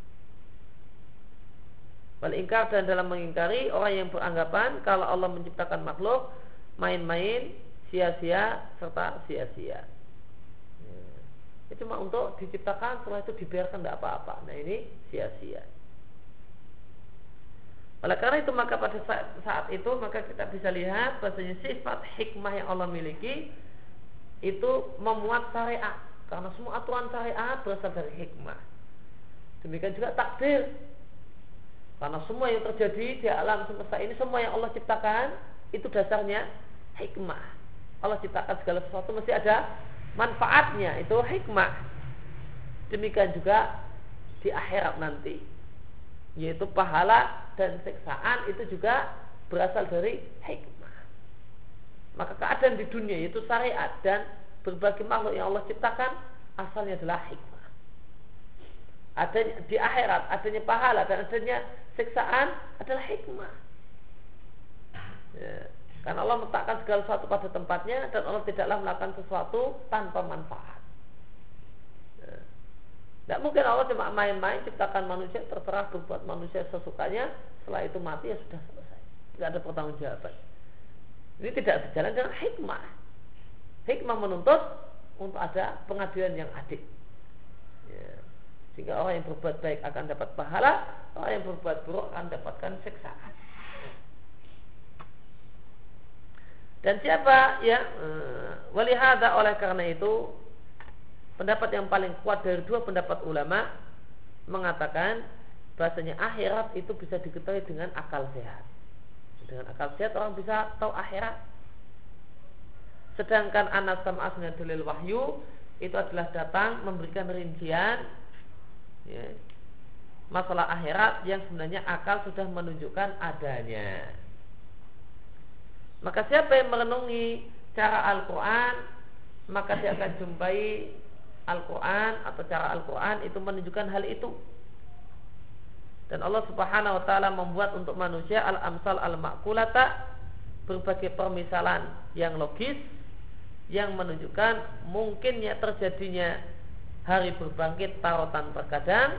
Speaker 1: Wal ingkar dan dalam mengingkari orang yang beranggapan kalau Allah menciptakan makhluk main-main, sia-sia serta sia-sia. Ya. Itu cuma untuk diciptakan setelah itu dibiarkan tidak apa-apa. Nah ini sia-sia. Oleh karena itu maka pada saat, saat itu maka kita bisa lihat bahasanya sifat hikmah yang Allah miliki itu memuat syariat. Karena semua aturan syariat berasal dari hikmah. Demikian juga takdir. Karena semua yang terjadi di alam semesta ini, semua yang Allah ciptakan itu dasarnya hikmah. Allah ciptakan segala sesuatu mesti ada manfaatnya, itu hikmah. Demikian juga di akhirat nanti, yaitu pahala dan siksaan itu juga berasal dari hikmah. Maka keadaan di dunia yaitu syariat dan berbagai makhluk yang Allah ciptakan asalnya adalah hikmah. Adanya di akhirat adanya pahala dan adanya siksaan adalah hikmah. Ya, karena Allah meletakkan segala sesuatu pada tempatnya dan Allah tidaklah melakukan sesuatu tanpa manfaat. Ya. Tidak mungkin Allah cuma main-main ciptakan manusia terserah berbuat manusia sesukanya, setelah itu mati ya sudah selesai. Tidak ada pertanggungjawaban. Ini tidak sejalan dengan hikmah. Hikmah menuntut untuk ada pengadilan yang adil. Ya. Sehingga orang yang berbuat baik akan dapat pahala, orang yang berbuat buruk akan dapatkan siksaan. Dan siapa ya walihada oleh karena itu pendapat yang paling kuat dari dua pendapat ulama mengatakan bahasanya akhirat itu bisa diketahui dengan akal sehat. Dengan akal sehat orang bisa tahu akhirat. Sedangkan anas sama asna dalil wahyu itu adalah datang memberikan rincian ya, masalah akhirat yang sebenarnya akal sudah menunjukkan adanya. Maka siapa yang merenungi cara Al-Quran, maka dia akan jumpai Al-Quran atau cara Al-Quran itu menunjukkan hal itu. Dan Allah Subhanahu wa ta'ala membuat untuk manusia al-amsal al-ma'kulata, berbagai permisalan yang logis yang menunjukkan mungkinnya terjadinya hari berbangkit tarotan terkadang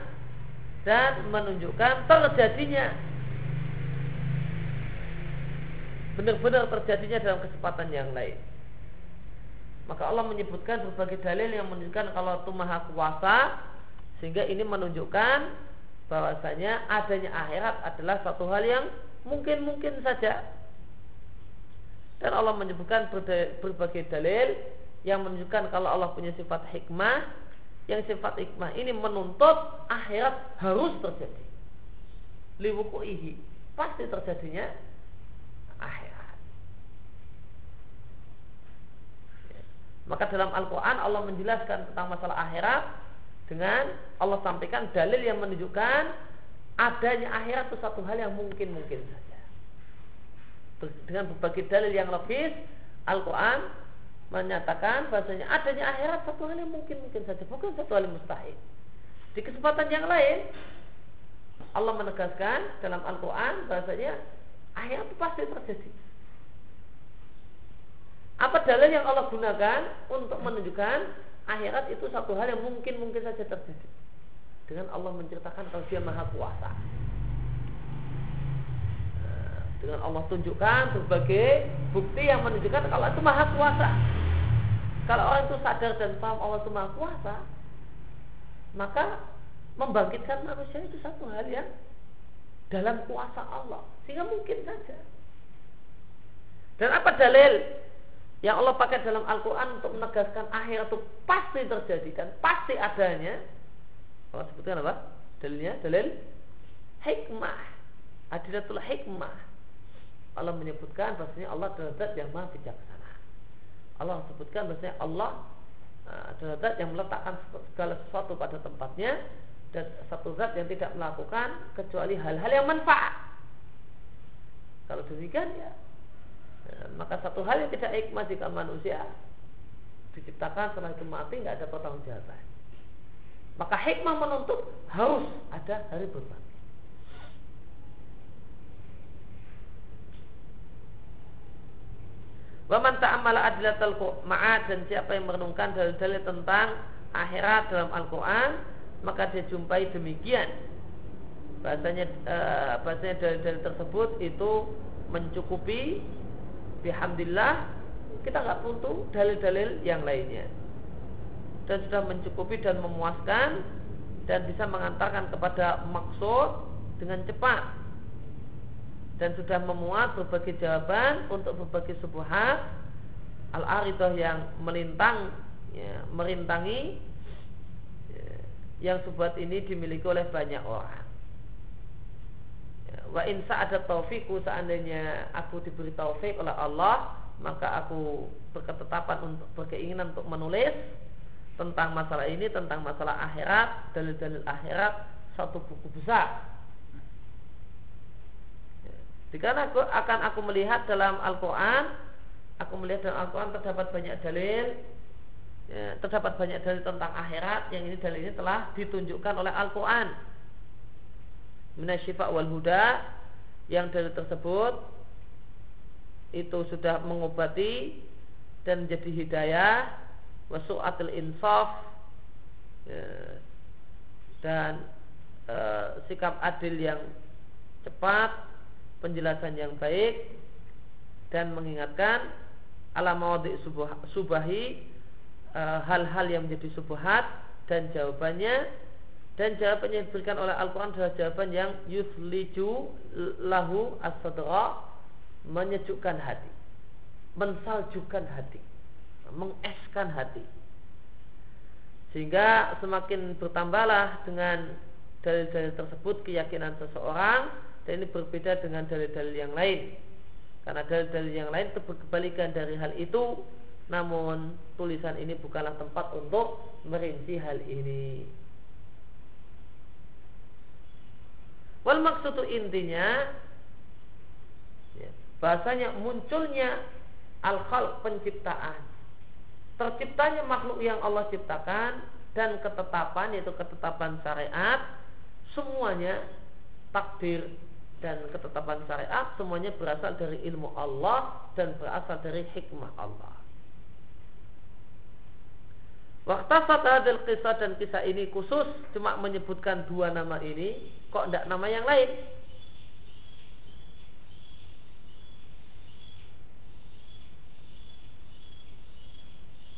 Speaker 1: dan menunjukkan terjadinya benar-benar terjadinya dalam kesempatan yang lain. Maka Allah menyebutkan berbagai dalil yang menunjukkan kalau itu maha kuasa, sehingga ini menunjukkan bahwasanya adanya akhirat adalah satu hal yang mungkin-mungkin saja. Dan Allah menyebutkan berbagai dalil yang menunjukkan kalau Allah punya sifat hikmah, yang sifat hikmah ini menuntut akhirat harus terjadi. Liwuku'ihi, pasti terjadinya akhirat. Maka dalam Al-Quran Allah menjelaskan tentang masalah akhirat dengan Allah sampaikan dalil yang menunjukkan adanya akhirat itu satu hal yang mungkin-mungkin saja. Dengan berbagai dalil yang logis, Al-Quran menyatakan bahasanya adanya akhirat satu hal yang mungkin-mungkin saja, bukan satu hal yang mustahil. Di kesempatan yang lain, Allah menegaskan dalam Al-Quran bahasanya akhirat itu pasti terjadi. Apa dalil yang Allah gunakan untuk menunjukkan akhirat itu satu hal yang mungkin-mungkin saja terjadi? Dengan Allah menceritakan kalau Dia Maha Kuasa. Dengan Allah tunjukkan berbagai bukti yang menunjukkan kalau itu Maha Kuasa. Kalau orang itu sadar dan paham Allah itu Maha Kuasa, maka membangkitkan manusia itu satu hal yang dalam kuasa Allah, sehingga mungkin saja. Dan apa dalil yang Allah pakai dalam Al-Quran untuk menegaskan akhirat itu pasti terjadi dan pasti adanya? Allah sebutkan apa? Dalilnya dalil hikmah, adilatul hikmah. Allah menyebutkan bahasanya Allah adalah zat yang maha bijaksana. Allah sebutkan bahasanya Allah adalah zat yang meletakkan segala sesuatu pada tempatnya, dan satu zat yang tidak melakukan kecuali hal-hal yang manfaat. Kalau demikian ya, ya maka satu hal yang tidak hikmah jika manusia diciptakan setelah itu mati nggak ada pertanggungjawaban. Maka hikmah menuntut harus ada hari berbangkit. Wa man ta'ammala adilatal ma'ad, dan siapa yang merenungkan dalil-dalil tentang akhirat dalam Al-Quran, maka dia jumpai demikian. Bahasanya uh, bahasanya dalil-dalil tersebut itu mencukupi. Bihamdillah, kita nggak butuh dalil-dalil yang lainnya, dan sudah mencukupi dan memuaskan dan bisa mengantarkan kepada maksud dengan cepat, dan sudah memuat berbagai jawaban untuk berbagai syubhat al-aridah yang melintang, ya, merintangi, ya, yang syubhat ini dimiliki oleh banyak orang. Ya, wa in sa'ada taufiqu, seandainya aku diberi taufik oleh Allah, maka aku berketetapan untuk berkeinginan untuk menulis tentang masalah ini, tentang masalah akhirat, dalil-dalil akhirat, satu buku besar. Karena aku akan aku melihat dalam Al-Quran, aku melihat dalam Al-Quran terdapat banyak dalil, ya, terdapat banyak dalil tentang akhirat, yang ini dalil ini telah ditunjukkan oleh Al-Quran. Minasyifa wal huda, yang dalil tersebut itu sudah mengobati dan menjadi hidayah, wasu'atul insaf, ya, dan e, sikap adil yang cepat, penjelasan yang baik, dan mengingatkan ala mawadhi subahi, e, hal-hal yang menjadi subhat, dan jawabannya dan jawabannya yang diberikan oleh Al-Quran adalah jawaban yang yuthliju lahu as-sadra, menyejukkan hati, mensaljukan hati, mengeskan hati, sehingga semakin bertambahlah dengan dalil-dalil tersebut keyakinan seseorang. Dan ini berbeda dengan dalil-dalil yang lain, karena dalil-dalil yang lain itu berkebalikan dari hal itu. Namun tulisan ini bukanlah tempat untuk merinci hal ini. Wal maksudu, intinya ya, bahasanya munculnya al-khalq, penciptaan, terciptanya makhluk yang Allah ciptakan, dan ketetapan, yaitu ketetapan syariat, semuanya takdir dan ketetapan syariat, semuanya berasal dari ilmu Allah dan berasal dari hikmah Allah. Waqtasat hadil kisah, dan kisah ini khusus cuma menyebutkan dua nama ini, kok tidak nama yang lain?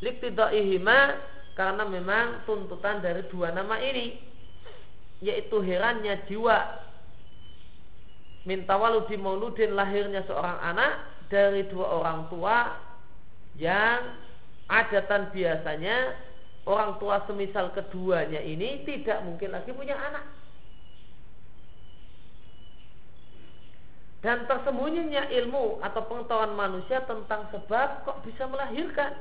Speaker 1: Liktidaihima, karena memang tuntutan dari dua nama ini, yaitu herannya jiwa min tawaludi mauludin, lahirnya seorang anak dari dua orang tua yang adatan biasanya orang tua semisal keduanya ini tidak mungkin lagi punya anak. Dan tersembunyinya ilmu atau pengetahuan manusia tentang sebab kok bisa melahirkan.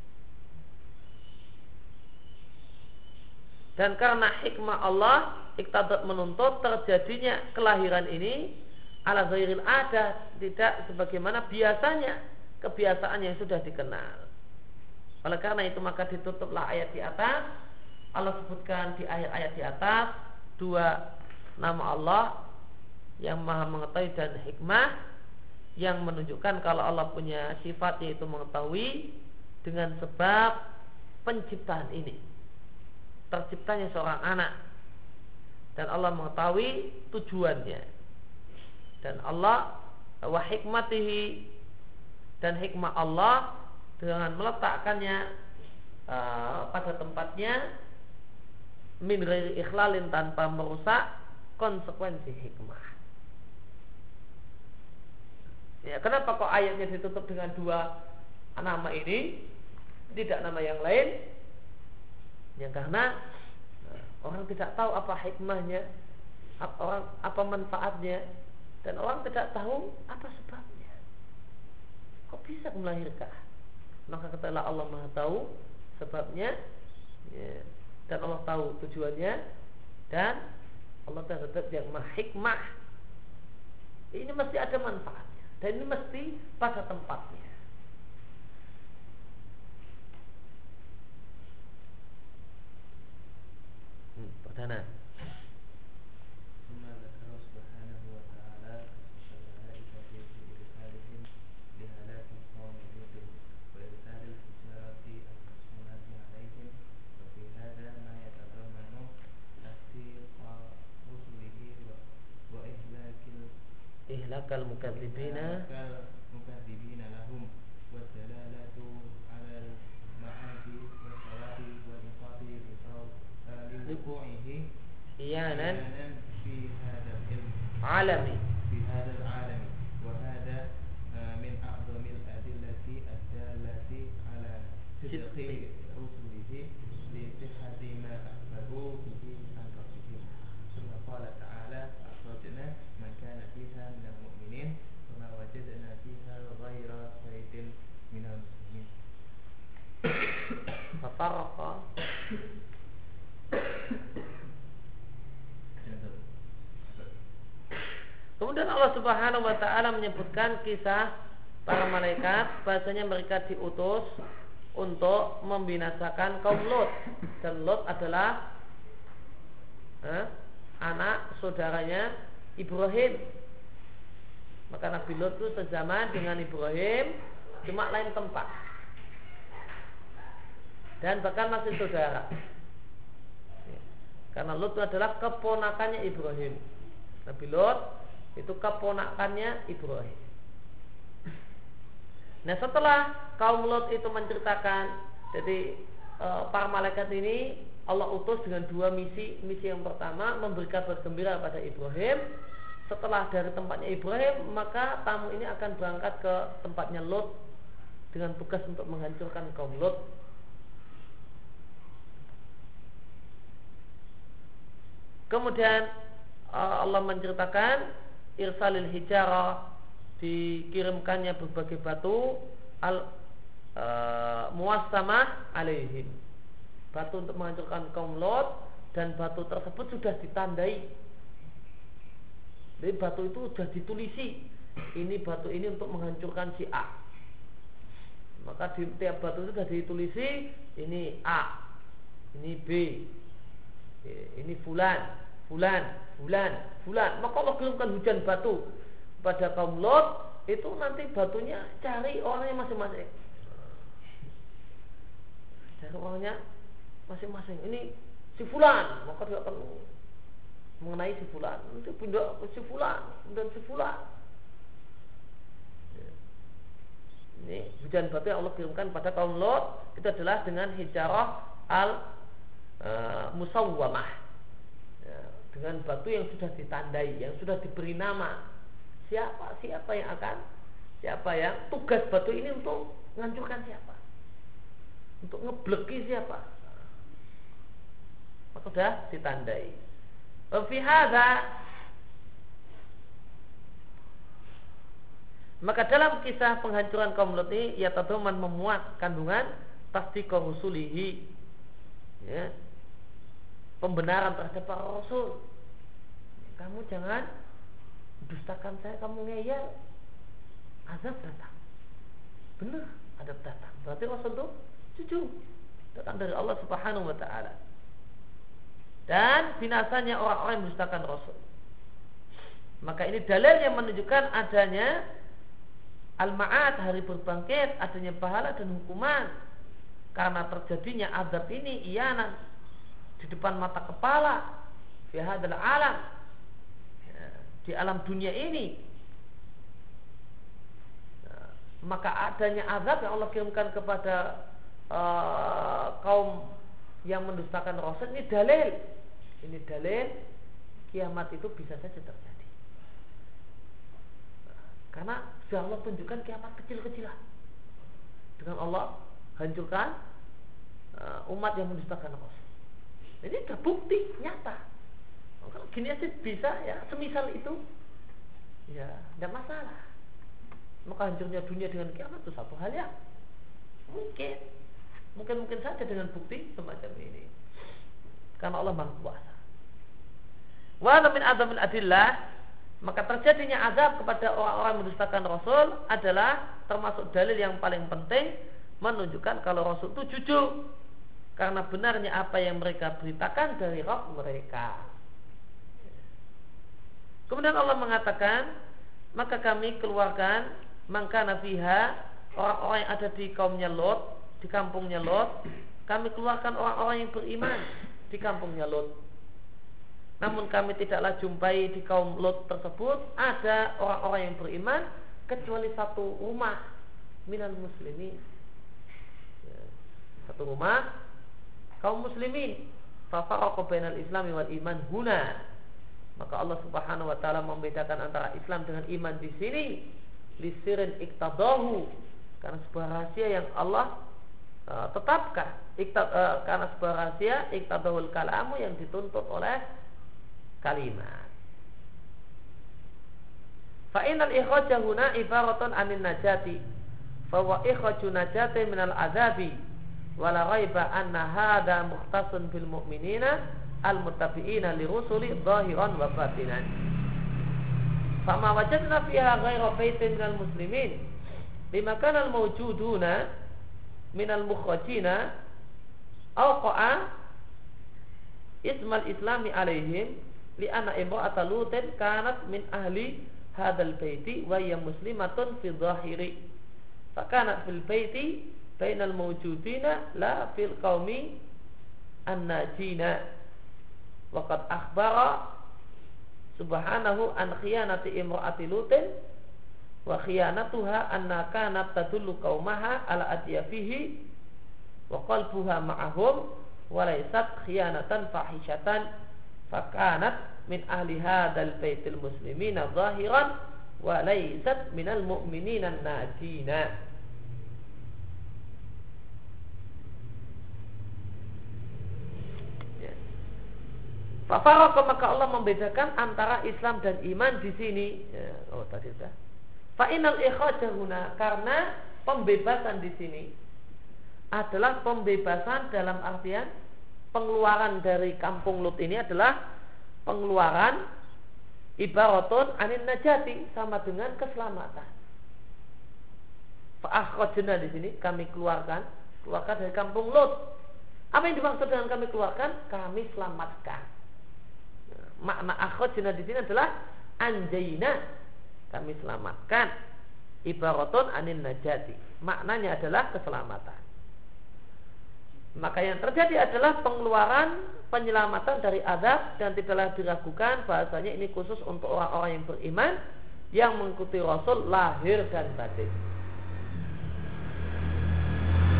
Speaker 1: Dan karena hikmah Allah iktadat menuntut terjadinya kelahiran ini ala ghairil adat, tidak sebagaimana biasanya, kebiasaan yang sudah dikenal. Oleh karena itu maka ditutuplah ayat di atas. Allah sebutkan di ayat-ayat di atas dua nama Allah yang maha mengetahui dan hikmah, yang menunjukkan kalau Allah punya sifat yaitu mengetahui dengan sebab penciptaan ini, terciptanya seorang anak, dan Allah mengetahui tujuannya, dan Allah wa hikmatihi, dan hikmah Allah dengan meletakkannya uh, pada tempatnya min ghairi ikhlalin, tanpa merusak konsekuensi hikmah. Ya, kenapa kok ayatnya ditutup dengan dua nama ini, tidak nama yang lain? Ya karena nah, orang tidak tahu apa hikmahnya, apa, orang, apa manfaatnya, dan orang tidak tahu apa sebabnya. Kok bisa melahirkan? Maka katalah Allah Maha tahu sebabnya, ya, dan Allah tahu tujuannya, dan Allah tetap yang Maha hikmah. Ini mesti ada manfaatnya, dan ini mesti pada tempatnya. Hmm, perdana. Ihlakal mukadzibina
Speaker 3: mukadzibina lahum wa dalalatu 'ala al-ma'adi wa salati wa infati li wuqu'ihi
Speaker 1: iyanan
Speaker 3: fi hadzal ilm
Speaker 1: alami
Speaker 3: fi hadzal alami wa hadha min a'zamil adillati ad-dallati 'ala sidqi rusulihi li sihhati ma akhbaru bihi an rabbihim. Summa qala ta'ala akhrajna man kana fiha min al-mu'minin wa ma wajadna fiha ghayra baitin min al-muslimin.
Speaker 1: Fafarqa. Kemudian Allah Subhanahu wa taala menyebutkan kisah para malaikat, bahasanya mereka diutus untuk membinasakan kaum Lot, dan Lot adalah eh, anak saudaranya Ibrahim. Maka Nabi Lot itu sezaman dengan Ibrahim, cuma lain tempat, dan bahkan masih saudara. Karena Lot itu adalah keponakannya Ibrahim. Nabi Lot itu keponakannya Ibrahim. Nah, setelah kaum Lot itu menceritakan, jadi e, para malaikat ini Allah utus dengan dua misi. Misi yang pertama memberi kabar gembira pada Ibrahim. Setelah dari tempatnya Ibrahim, maka tamu ini akan berangkat ke tempatnya Lot dengan tugas untuk menghancurkan kaum Lot. Kemudian e, Allah menceritakan irsalil hijarah, dikirimkannya berbagai batu al e, muwassamah alaihim, batu untuk menghancurkan kaum Lot, dan batu tersebut sudah ditandai. Jadi batu itu sudah ditulisi, ini batu ini untuk menghancurkan si A. Maka di tiap batu itu sudah ditulisi, ini A, ini B, ini fulan, fulan, fulan, fulan. Maka Allah kirimkan hujan batu pada kaum Lot. Itu nanti batunya cari orangnya masing-masing, cari orangnya masing-masing. Ini si fulan, maka dia akan mengenai si fulan, nanti pindah ke si fulan dan si fulan. Ini hujan batu yang Allah kirimkan pada kaum Lot itu adalah dengan hijarah al e, musawwamah, ya, dengan batu yang sudah ditandai, yang sudah diberi nama. Siapa siapa yang akan, siapa yang tugas batu ini untuk menghancurkan siapa, untuk ngebleki siapa, maka sudah ditandai. Fi hadza, maka dalam kisah penghancuran kaum Lot ini ya taduman memuat kandungan tasdiq rusulihi, ya, pembenaran terhadap para rasul. Kamu jangan dustakan saya, kamu ngeyel, azab datang. Benar, azab datang. Berarti rasul itu jujur, datang dari Allah Subhanahu wa taala. Dan binasanya orang-orang yang mendustakan rasul. Maka ini dalil yang menunjukkan adanya al-ma'ad, hari berbangkit, adanya pahala dan hukuman. Karena terjadinya azab ini iyanan di depan mata kepala fi hadzal alam, ya, di alam dunia ini. Nah, maka adanya azab yang Allah kirimkan kepada uh, kaum yang mendustakan rasul ini dalil. Ini dalil kiamat itu bisa saja terjadi. Karena sudah Allah tunjukkan kiamat kecil-kecilan. Dengan Allah hancurkan uh, umat yang mendustakan rasul. Ini terbukti nyata. Kalau gini aja bisa, ya, semisal itu, ya, tidak masalah. Maka hancurnya dunia dengan kiamat itu satu hal yang mungkin, mungkin mungkin saja dengan bukti semacam ini. Karena Allah Maha Kuasa. Wa min adzamil adillah, maka terjadinya azab kepada orang-orang yang mendustakan Rasul adalah termasuk dalil yang paling penting menunjukkan kalau Rasul itu jujur karena benarnya apa yang mereka beritakan dari Rabb mereka. Kemudian Allah mengatakan, maka kami keluarkan mangkana fiha, orang-orang yang ada di kaumnya Lot, di kampungnya Lot, kami keluarkan orang-orang yang beriman di kampungnya Lot. Namun kami tidaklah jumpai di kaum Lot tersebut ada orang-orang yang beriman kecuali satu rumah minal muslimin, ya, satu rumah kaum muslimin. Fafaraqa bainal islami wal iman huna, maka Allah Subhanahu wa taala membedakan antara Islam dengan iman di sini lisirin iktadahu, karena sebuah rahasia yang Allah uh, tetapkan, Iktad, uh, karena sebuah rahasia iktadahul kalamu yang dituntut oleh kalimat. Fa innal ikhraja huna ibaratun anin najati, fa wa ikhraju najati minal azabi wa la raiba anna hadha mukhtasun bil mu'minina al muttabi'ina li rusuli zahiran wa batinan. Fa ma wajadna fiha ghaira baitin minal muslimin lima kana al mawjuduna minal mukhrajina awqa'a ismal islami alaihim li'anna imra'ata Lutin kanat min ahli hadzal baiti wa hiya muslimatun fi dhahiri fa kanat fil baiti bainal mawjudina la fil qaumi an-najina wa qad akhbara subhanahu an khiyanati imra'ati Lutin wa khiyanatuha anna kanat tadullu qaumaha ala adyafihi wa qalbuha ma'ahum wa laysat khiyanatan fahishatan fakanat min ahli hadzal baitil muslimina zahiran wa laysat minal mu'minina najina. Ya. Fafaraqa, maka Allah membedakan antara Islam dan iman di sini. Ya. Oh tadi sudah. Fa innal ikhraja huna, karena pembebasan di sini adalah pembebasan dalam artian pengeluaran dari kampung Lut ini adalah pengeluaran ibaratun anin najati, sama dengan keselamatan. Fa akhrajna, di sini kami keluarkan, keluarkan dari kampung Lut. Apa yang dimaksud dengan kami keluarkan? Kami selamatkan. Makna akhrajna di sini adalah anjayna, kami selamatkan. Ibaratun anin najati, maknanya adalah keselamatan. Maka yang terjadi adalah pengeluaran, penyelamatan dari azab, dan tidaklah diragukan bahasanya ini khusus untuk orang-orang yang beriman yang mengikuti Rasul lahir dan batin.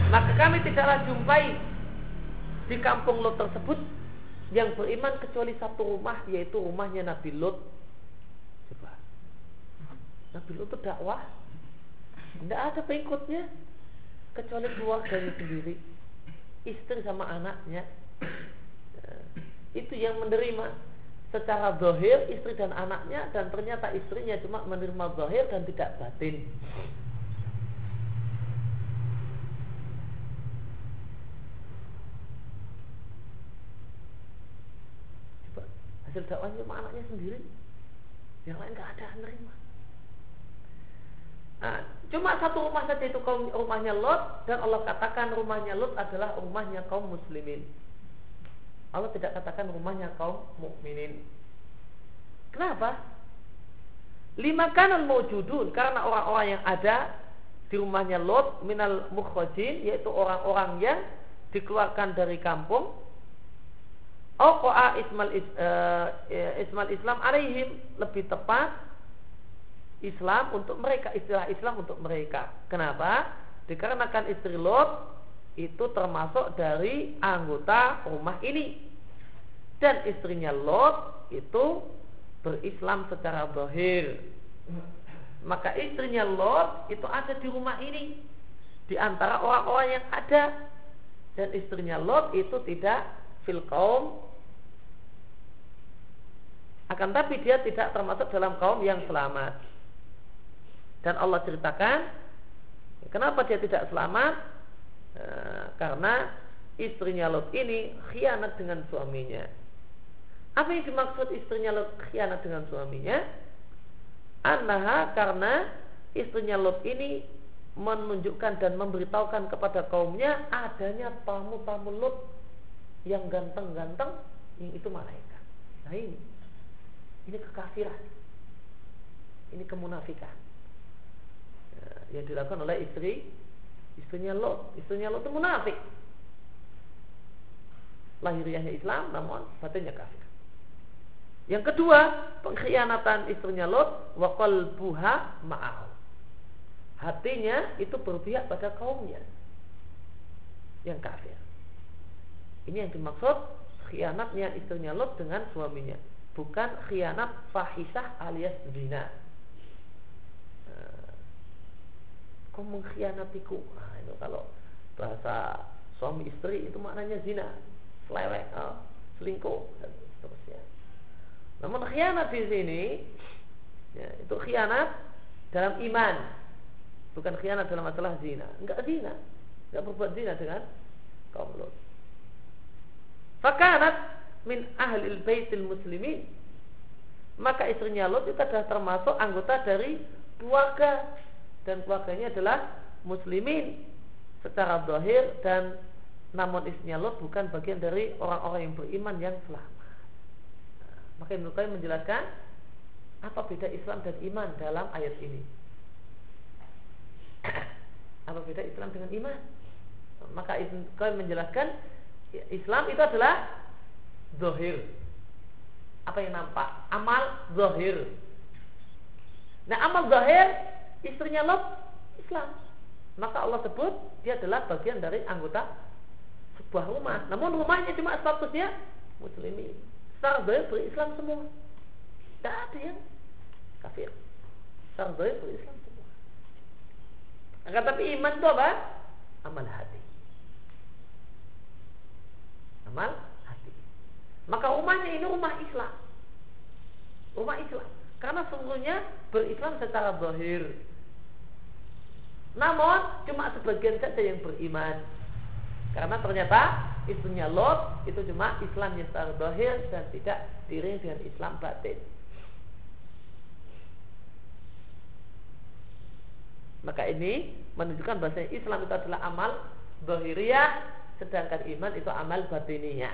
Speaker 1: maka kami tidaklah jumpai di kampung Lut tersebut yang beriman kecuali satu rumah, yaitu rumahnya Nabi Lut. Coba, Nabi Lut itu dakwah, tidak ada pengikutnya kecuali keluarganya sendiri, istri sama anaknya. Nah, itu yang menerima secara zahir istri dan anaknya, dan ternyata istrinya cuma menerima zahir dan tidak batin. Coba, hasil dakwahnya cuma anaknya sendiri, yang lain nggak ada yang menerima. Nah, cuma satu rumah saja, itu kaum rumahnya Lot, dan Allah katakan rumahnya Lot adalah rumahnya kaum muslimin. Allah tidak katakan rumahnya kaum mukminin. Kenapa? Lima kanal mawjudun, karena orang-orang yang ada di rumahnya Lot minal mukhrajin, yaitu orang-orang yang dikeluarkan dari kampung. Auqa'a ismal uh, ismal Islam alaihim, lebih tepat Islam untuk mereka, istilah Islam untuk mereka. Kenapa? Dikarenakan istri Lot itu termasuk dari anggota rumah ini, dan istrinya Lot itu berislam secara zahir. Maka istrinya Lot itu ada di rumah ini di antara orang-orang yang ada, dan istrinya Lot itu tidak fil qaum, akan tapi dia tidak termasuk dalam kaum yang selamat. Dan Allah ceritakan kenapa dia tidak selamat. E, karena istrinya Lot ini khianat dengan suaminya. Apa yang dimaksud istrinya Lot khianat dengan suaminya? Annaha, karena istrinya Lot ini menunjukkan dan memberitahukan kepada kaumnya adanya tamu-tamu Lot yang ganteng-ganteng, yang itu malaikat. Nah ini, ini kekafiran, ini kemunafikan yang dilakukan oleh istri istrinya Lot. Istrinya Lot itu munafik, lahiriahnya Islam namun batinnya kafir. Yang kedua, pengkhianatan istrinya Lot, wa qalbuha ma'ahu, hatinya itu berpihak pada kaumnya yang kafir. Ini yang dimaksud khianatnya istrinya Lot dengan suaminya, bukan khianat fahisah alias zina. Kau mengkhianatiku, nah, itu kalau bahasa suami istri itu maknanya zina, selewek, oh, selingkuh dan seterusnya. Namun khianat di sini ya, itu khianat dalam iman, bukan khianat dalam masalah zina. Enggak zina, enggak berbuat zina dengan kaum Lot. Fakanat min ahlil baitil muslimin, maka istrinya Lot itu adalah termasuk anggota dari keluarga, dan keluarganya adalah muslimin secara zahir, dan namun istrinya Lot bukan bagian dari orang-orang yang beriman yang selamat. Nah, maka Ibnu Qayyim menjelaskan apa beda Islam dan iman dalam ayat ini. Apa beda Islam dengan iman? Maka Ibnu Qayyim menjelaskan Islam itu adalah zahir, apa yang nampak, amal zahir. Nah, amal zahir istrinya Lot Islam, maka Allah sebut dia adalah bagian dari anggota sebuah rumah. Namun rumahnya cuma statusnya muslimin, secara zahir berislam semua, tidak ada yang kafir, secara zahir berislam semua. Akan tapi iman itu apa? Amal hati, amal hati. Maka rumahnya ini rumah Islam, rumah Islam, karena sungguhnya berislam secara zahir. Namun cuma sebagian saja yang beriman, karena ternyata istrinya Lot itu cuma Islamnya secara zahir dan tidak diiringi dengan Islam batin. Maka ini menunjukkan bahwa Islam itu adalah amal zahiriyah, sedangkan iman itu amal batiniyah.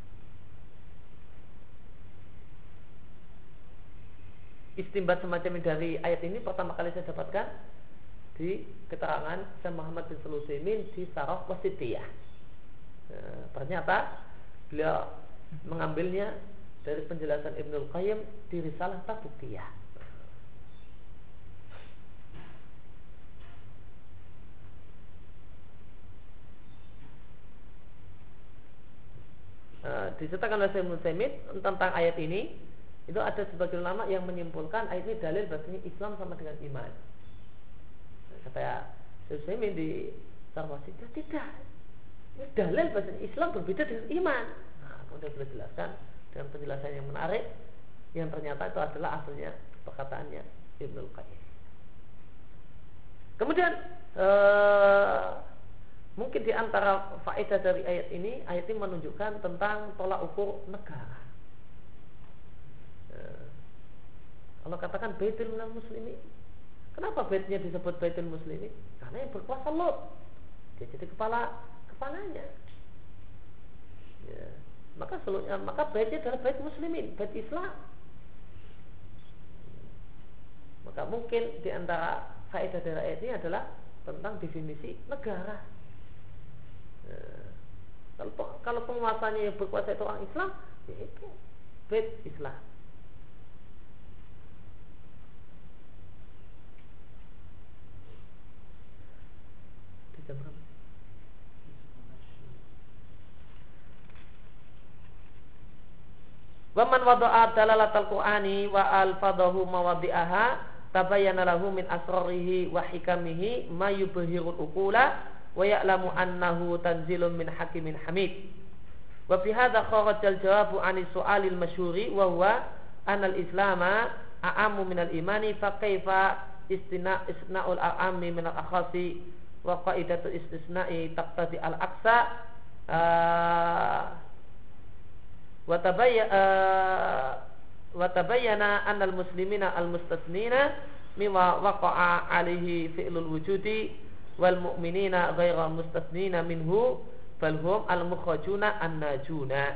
Speaker 1: Istimbat semacam ini dari ayat ini pertama kali saya dapatkan di keterangan Syekh Muhammad bin Shalih Al Utsaimin di Syarah Wasithiyah. E, ternyata beliau mengambilnya dari penjelasan Ibnu Qayyim di Risalah Tabukiyah. uh, diceritakan oleh Syekh Ibnu Taimiyah tentang ayat ini, itu ada sebagian ulama yang menyimpulkan ayat ini dalil bahwasanya Islam sama dengan iman. Kata Syekh Taimiyah di Sarwasida, tidak. Ini dalil bahwasanya Islam berbeda dengan iman. Nah, kemudian beliau jelaskan dengan penjelasan yang menarik, yang ternyata itu adalah aslinya perkataannya Ibnu Qayyim. Kemudian ee, mungkin di antara faedah dari ayat ini, ayat ini menunjukkan tentang tolak ukur negara. Ee, kalau katakan Baitul Minal Muslimin, kenapa baitnya disebut Baitul Muslimin? Karena yang berkuasa Lot, dia jadi kepala kepalanya. Ya. Maka seluruhnya, maka baitnya adalah bait Muslimin, bait Islam. Maka mungkin di antara faedah dari ayat ini adalah tentang definisi negara. Nah, kalau, kalau penguasanya yang berkuasa itu orang Islam, yaitu bait Islam. Di jam berapa? Wa man wada'a dalalatal Qur'ani wa al-fadahu mawadi'aha tabayyana lahu min asrarihi wa hikamihi ma yubhirul uqula wa ya'lamu annahu tanzilun min hakimin hamid. Wa fi hadha kharajal jawabu 'ani su'alil masyhuri wa huwa anna al-islama a'ammu min al-imani fa kaifa istina isna'ul a'ammi min al-akhasi wa qaidatu istisna'i taqtadi al-aqsa wa tabayyana anna al-muslimina al-mustasnina mimma waqa'a 'alaihi fi'lul wujudi wal mu'minina ghairal mustasnina minhu bal hum al-mukhrajuna an-najuna.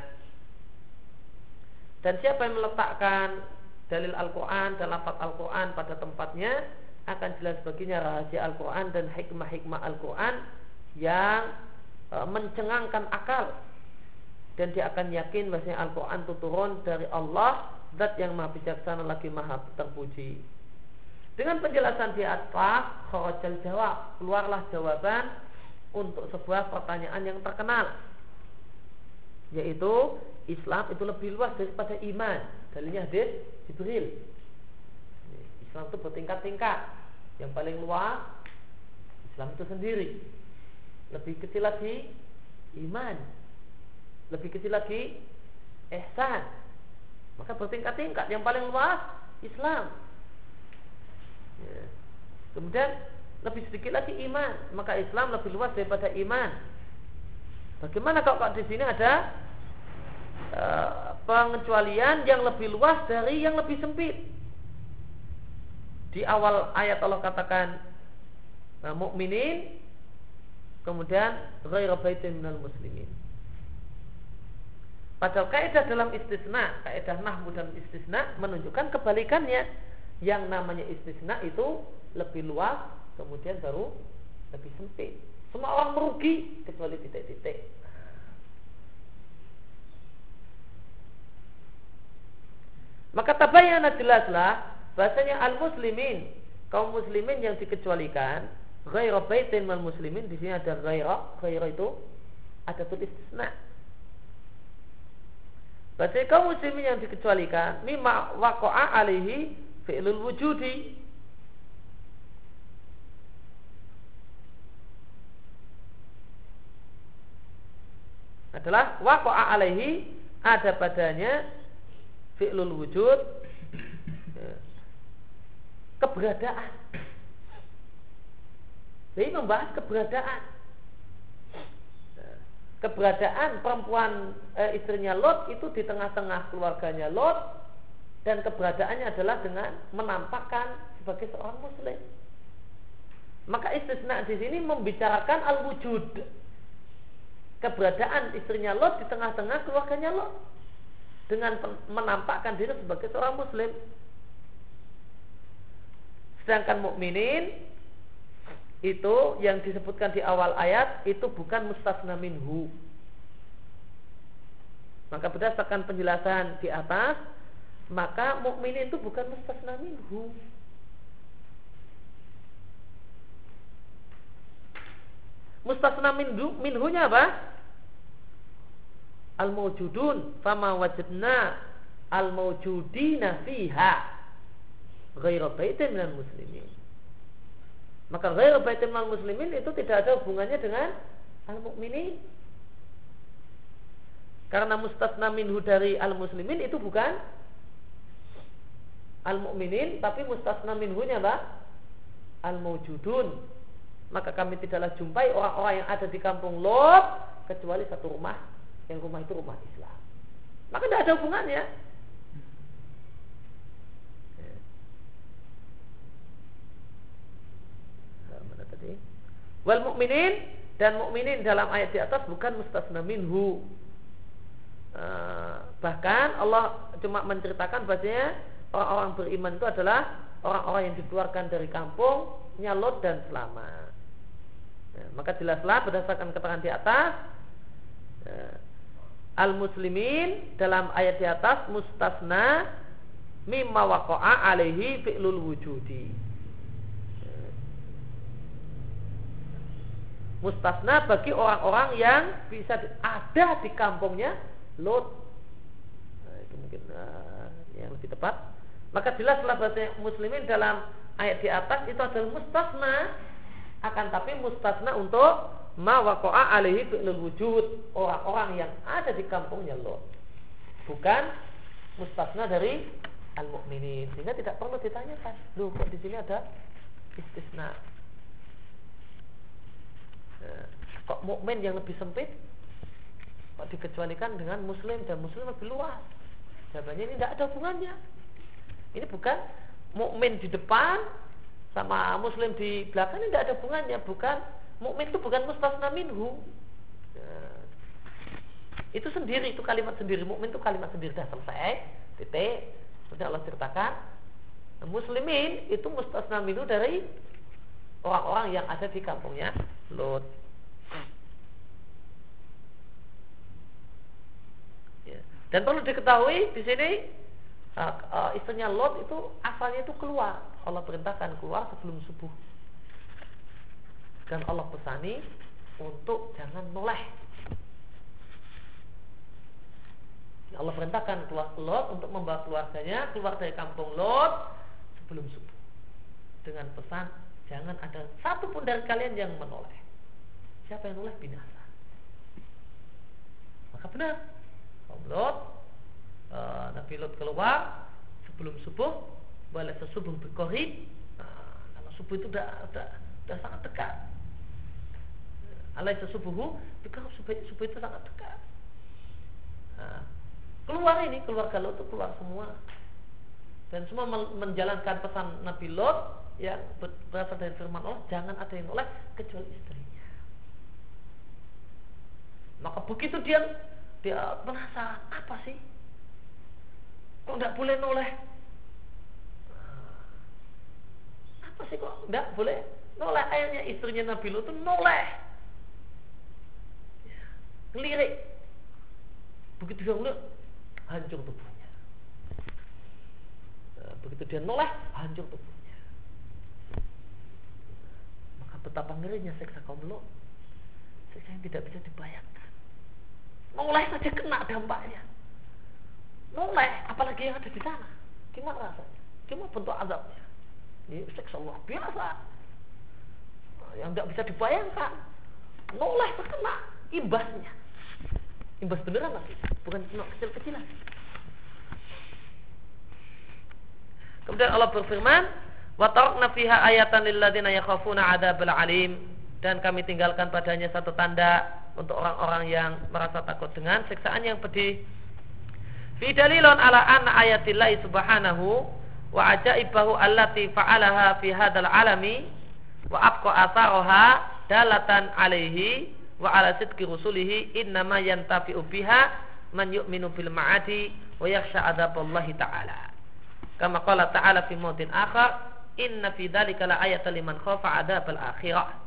Speaker 1: Dan siapa yang meletakkan dalil Al-Qur'an dan lafaz Al-Qur'an pada tempatnya, akan jelas baginya rahasia Al-Qur'an dan hikmah-hikmah Al-Qur'an yang e, mencengangkan akal, dan dia akan yakin bahwasanya Al-Quran itu turun dari Allah, Zat yang maha bijaksana lagi maha terpuji. Dengan penjelasan di atas, kharajal jawab, keluarlah jawaban untuk sebuah pertanyaan yang terkenal, yaitu Islam itu lebih luas daripada iman. Dalilnya hadis Jibril. Islam itu bertingkat-tingkat. Yang paling luas Islam itu sendiri. Lebih kecil lagi iman. Lebih kecil lagi ihsan. Maka bertingkat-tingkat. Yang paling luas Islam. Ya. Kemudian lebih sedikit lagi iman. Maka Islam lebih luas daripada iman. Bagaimana kalau di sini ada uh, pengecualian yang lebih luas dari yang lebih sempit? Di awal ayat Allah katakan uh, mukminin, kemudian ghairu baitin minal muslimin. Padahal kaidah dalam istisna, kaidah nahwu dan istisna menunjukkan kebalikannya. Yang namanya istisna itu lebih luas, kemudian baru lebih sempit. Semua orang merugi kecuali titik-titik. Maka tabayyana, jelaslah bahasanya al-muslimin, kaum muslimin yang dikecualikan, ghairu baitin minal muslimin, di sini ada ghairu, ghairu itu ada tulis istisna. Bahasanya kaum muslimin yang dikecualikan mimma waqa'a alaihi fi'lul wujudi, adalah waqa'a alaihi, ada padanya fi'lul wujud, keberadaan. Jadi membahas keberadaan. Keberadaan perempuan e, istrinya Lot itu di tengah-tengah keluarganya Lot, dan keberadaannya adalah dengan menampakkan sebagai seorang muslim. Maka istisna di sini membicarakan al-wujud, keberadaan istrinya Lot di tengah-tengah keluarganya Lot dengan menampakkan diri sebagai seorang muslim. Sedangkan mukminin itu yang disebutkan di awal ayat itu bukan mustasna minhu. Maka berdasarkan penjelasan di atas, maka mukminin itu bukan mustasna minhu. Mustasna minhu, minhunya apa? al-mawjudun fama wajadna al-mawjudina fiha ghairu baitin minal muslimin. Maka ghairu baitin minal muslimin itu tidak ada hubungannya dengan al-mu'minin. Karena mustasna minhu dari al-muslimin itu bukan al-mu'minin, tapi mustasna minhunya apa? Al-mawjudun. Maka kami tidaklah jumpai orang-orang yang ada di kampung Lot kecuali satu rumah, yang rumah itu rumah Islam. Maka tidak ada hubungannya. Mana tadi? Wal mu'minin, dan mukminin dalam ayat di atas bukan mustasna minhu. Bahkan Allah cuma menceritakan bahasanya orang-orang beriman itu adalah orang-orang yang dikeluarkan dari kampungnya Lot dan selamat. Ya, maka jelaslah berdasarkan keterangan di atas, ya, al-muslimin dalam ayat di atas mustasna mimma waqa'a alaihi fi'lul wujudi. Ya. Mustasna bagi orang-orang yang bisa ada di kampungnya Lot. Nah, itu mungkin uh, yang lebih tepat. Maka jelaslah bahasa muslimin dalam ayat di atas itu adalah mustasna, akan tapi mustasna untuk ma waqa'a alaihi fi'lul wujud, orang-orang yang ada di kampungnya Lot, bukan mustasna dari al-mu'minin. Sehingga tidak perlu ditanyakan, loh kok di sini ada istisna, nah, kok mukmin yang lebih sempit kok dikecualikan dengan muslim, dan muslim lebih luas? Jawabannya ini tidak ada hubungannya. Ini bukan mukmin di depan sama muslim di belakang, ini tidak ada hubungannya. Bukan, mukmin itu bukan mustasna minhu. Nah, itu sendiri, itu kalimat sendiri. Mukmin itu kalimat sendiri, dah selesai. Titik. Sudah Allah ceritakan. Nah, muslimin itu mustasna minhu dari orang-orang yang ada di kampungnya Lot. Ya. Dan perlu diketahui di sini, Uh, uh, istrinya Lot itu asalnya itu keluar. Allah perintahkan keluar sebelum subuh. Dan Allah pesani untuk jangan noleh. Allah perintahkan keluar Lot untuk membawa keluarganya keluar dari kampung Lot sebelum subuh. Dengan pesan jangan ada satu pun dari kalian yang menoleh. Siapa yang noleh binasa. Maka benar, kaum Lot, Uh, Nabi Lot keluar sebelum subuh, balas subuh berkorib. Nah, karena subuh itu sudah sudah sangat dekat. Alaisa subuhu, because subuh, subuh itu sangat dekat. Nah, keluar ini keluarga Lot itu keluar semua, dan semua menjalankan pesan Nabi Lot yang berasal dari firman Allah, jangan ada yang noleh kecuali istrinya. Maka begitu dia dia penasaran, apa sih? Kok tidak boleh noleh? Apa sih kok tidak boleh noleh? Akhirnya istrinya Nabi Lot itu noleh, ya, ngelirik. Begitu dia ngelirik, hancur tubuhnya. Nah, begitu dia noleh, hancur tubuhnya. Maka betapa ngerinya siksa kaum Lot, siksa yang tidak bisa dibayangkan. Noleh saja kena dampaknya. Noleh, apalagi yang ada di sana. Gimana rasanya? Gimana bentuk azabnya? Ini siksa luar biasa, yang tidak bisa dibayangkan. Noleh terkena imbasnya. Imbas beneran lagi, bukan cuma kecil-kecilan. Kemudian Allah berfirman, wa tarakna fiha ayatan lil ladzina yakhafuna adzabal alim, dan kami tinggalkan padanya satu tanda untuk orang-orang yang merasa takut dengan siksaan yang pedih. Fi dalilun ala anna ayatillahi subhanahu wa ajaibahu allati fa'alaha fi hadzal alami wa abqa atharaha dalatan alaihi wa ala sidqi rusulihi innama yantafi'u biha man yu'minu bil ma'adi wa yakhsha adzaballahi ta'ala. Kama qala ta'ala fi mawdin akhar, inna fi dzalika la ayatan liman khafa adzabal akhirah.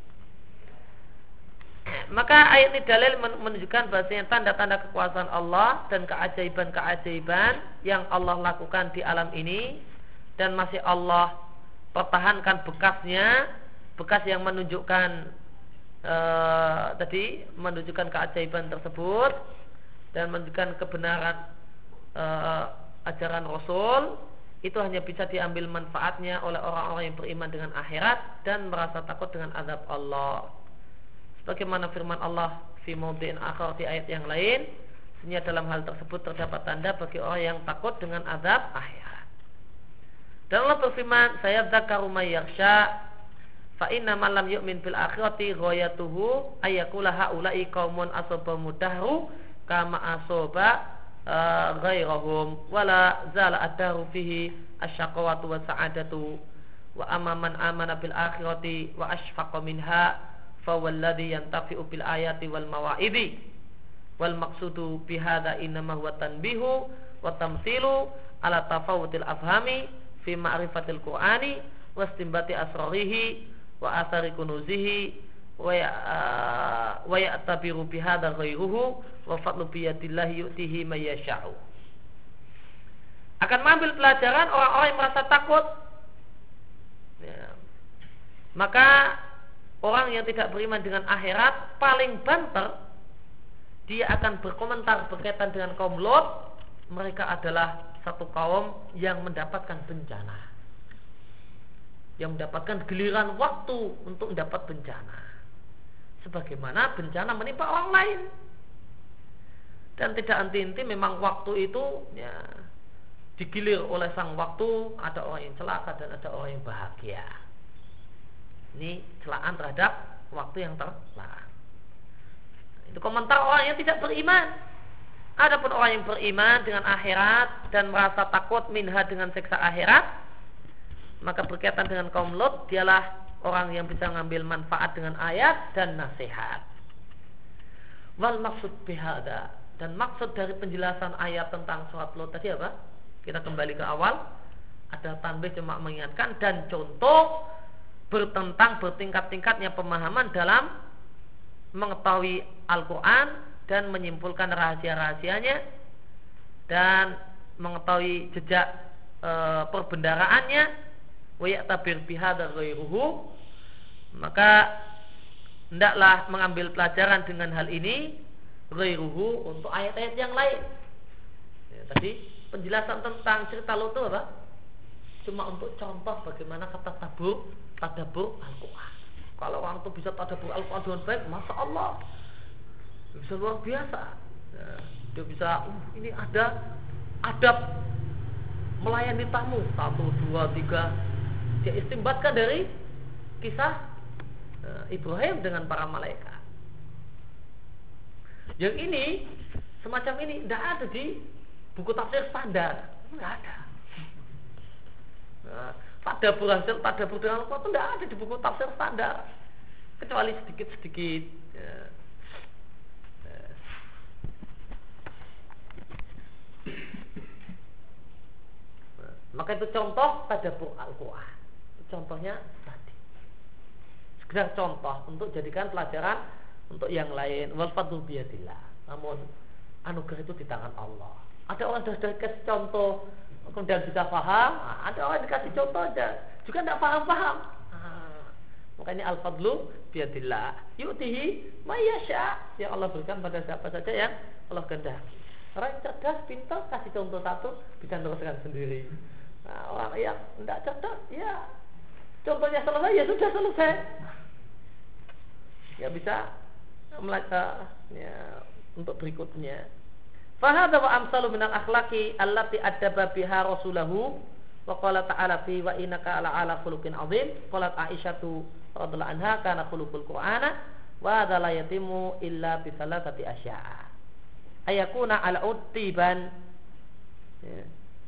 Speaker 1: Maka ayat ini dalil menunjukkan bahasanya tanda-tanda kekuasaan Allah dan keajaiban-keajaiban yang Allah lakukan di alam ini, dan masih Allah pertahankan bekasnya, bekas yang menunjukkan uh, tadi menunjukkan keajaiban tersebut, dan menunjukkan kebenaran uh, ajaran Rasul, itu hanya bisa diambil manfaatnya oleh orang-orang yang beriman dengan akhirat dan merasa takut dengan azab Allah. Sebagaimana firman Allah fi mawdi'in akhar di ayat yang lain, sesungguhnya dalam hal tersebut terdapat tanda bagi orang yang takut dengan azab akhirat. Dan Allah berfirman, sayadzakaru may yakhsha fa inna man lam yu'min bil akhirati ghayatuhu ayyakula haula'i qaumun asaba mudahru kama asaba uh, ghairahum wala zala ad-daru fihi asyaqawatu wa sa'adatu wa amma man amana bil akhirati wa ashfaqa minha fa walladhi yantafi'u bil ayati wal mawa'idi wal maqsudu bi hadza innama huwa tanbihu wa tamthilu ala tafawutil afhami fi ma'rifatil qur'ani wa istinbati asrarihi wa athari kunuzihi wa ya'tabiru bi hadza ghairuhu wa fadlu bi yadillahi yu'tihi may yasha'u. Akan mengambil pelajaran orang-orang yang merasa takut ya. Maka orang yang tidak beriman dengan akhirat paling banter dia akan berkomentar berkaitan dengan kaum Lot, mereka adalah satu kaum yang mendapatkan bencana, yang mendapatkan giliran waktu untuk mendapat bencana, sebagaimana bencana menimpa orang lain. Dan tidak anti-inti memang waktu itu ya, digilir oleh sang waktu, ada orang yang celaka dan ada orang yang bahagia. Ini celaan terhadap waktu yang terlarang. Itu komentar orang yang tidak beriman. Adapun orang yang beriman dengan akhirat dan merasa takut minha dengan siksa akhirat, maka berkaitan dengan kaum Lot, dialah orang yang bisa mengambil manfaat dengan ayat dan nasihat. Wal maksud bihada, dan maksud dari penjelasan ayat tentang surat Lot tadi apa? Kita kembali ke awal, ada tanbih cuma mengingatkan dan contoh bertentang bertingkat-tingkatnya pemahaman dalam mengetahui Al-Quran dan menyimpulkan rahasia-rahasianya dan mengetahui jejak e, perbendaraannya, wa ya'tabir bihadza ghairuhu, maka hendaklah mengambil pelajaran dengan hal ini ghairuhu untuk ayat-ayat yang lain. Ya, tadi penjelasan tentang cerita Lot itu apa? Cuma untuk contoh bagaimana kata tabur tadabbur Al-Quran. Kalau orang itu bisa tadabbur Al-Quran dengan baik, Masya Allah, bisa luar biasa ya, dia bisa, uh, ini ada adab melayani tamu, satu, dua, tiga, dia istimbatkan dari kisah uh, Ibrahim dengan para malaikat. Yang ini, semacam ini tidak ada di buku tafsir standar, tidak ada. Nah, tadabbur hasil tadabbur dengan Al-Quran itu tidak ada di buku tafsir standar, kecuali sedikit-sedikit ya. Maka itu contoh tadabbur Al-Quran. Contohnya tadi, sekedar contoh untuk jadikan pelajaran untuk yang lain. Wal fadlu biyadillah. Namun anugerah itu di tangan Allah. Ada orang sudah dikasih contoh kemudian bisa paham, ada orang dikasih contoh aja juga tidak paham-paham. Nah, makanya al-fadlu biyadillah yu'tihi may yasha, yang Allah berikan pada siapa saja yang Allah kehendaki. Orang cerdas, pintar, kasih contoh satu, bisa meneruskan sendiri. Nah, orang yang tidak cerdas, ya contohnya selesai, ya sudah selesai. Ya bisa melacak ya, untuk berikutnya. Fahadha wa amsalu minal akhlaqi allati addaba biha rasulahu wa qala ta'ala fi wa innaka ala ala khuluqin azim. Qalat Aisyatu radhiyallahu anha kana khuluqul Qur'ana wa hadha la yatimu illa bi thalathati asya'a. Ayakuna ala utiban ya.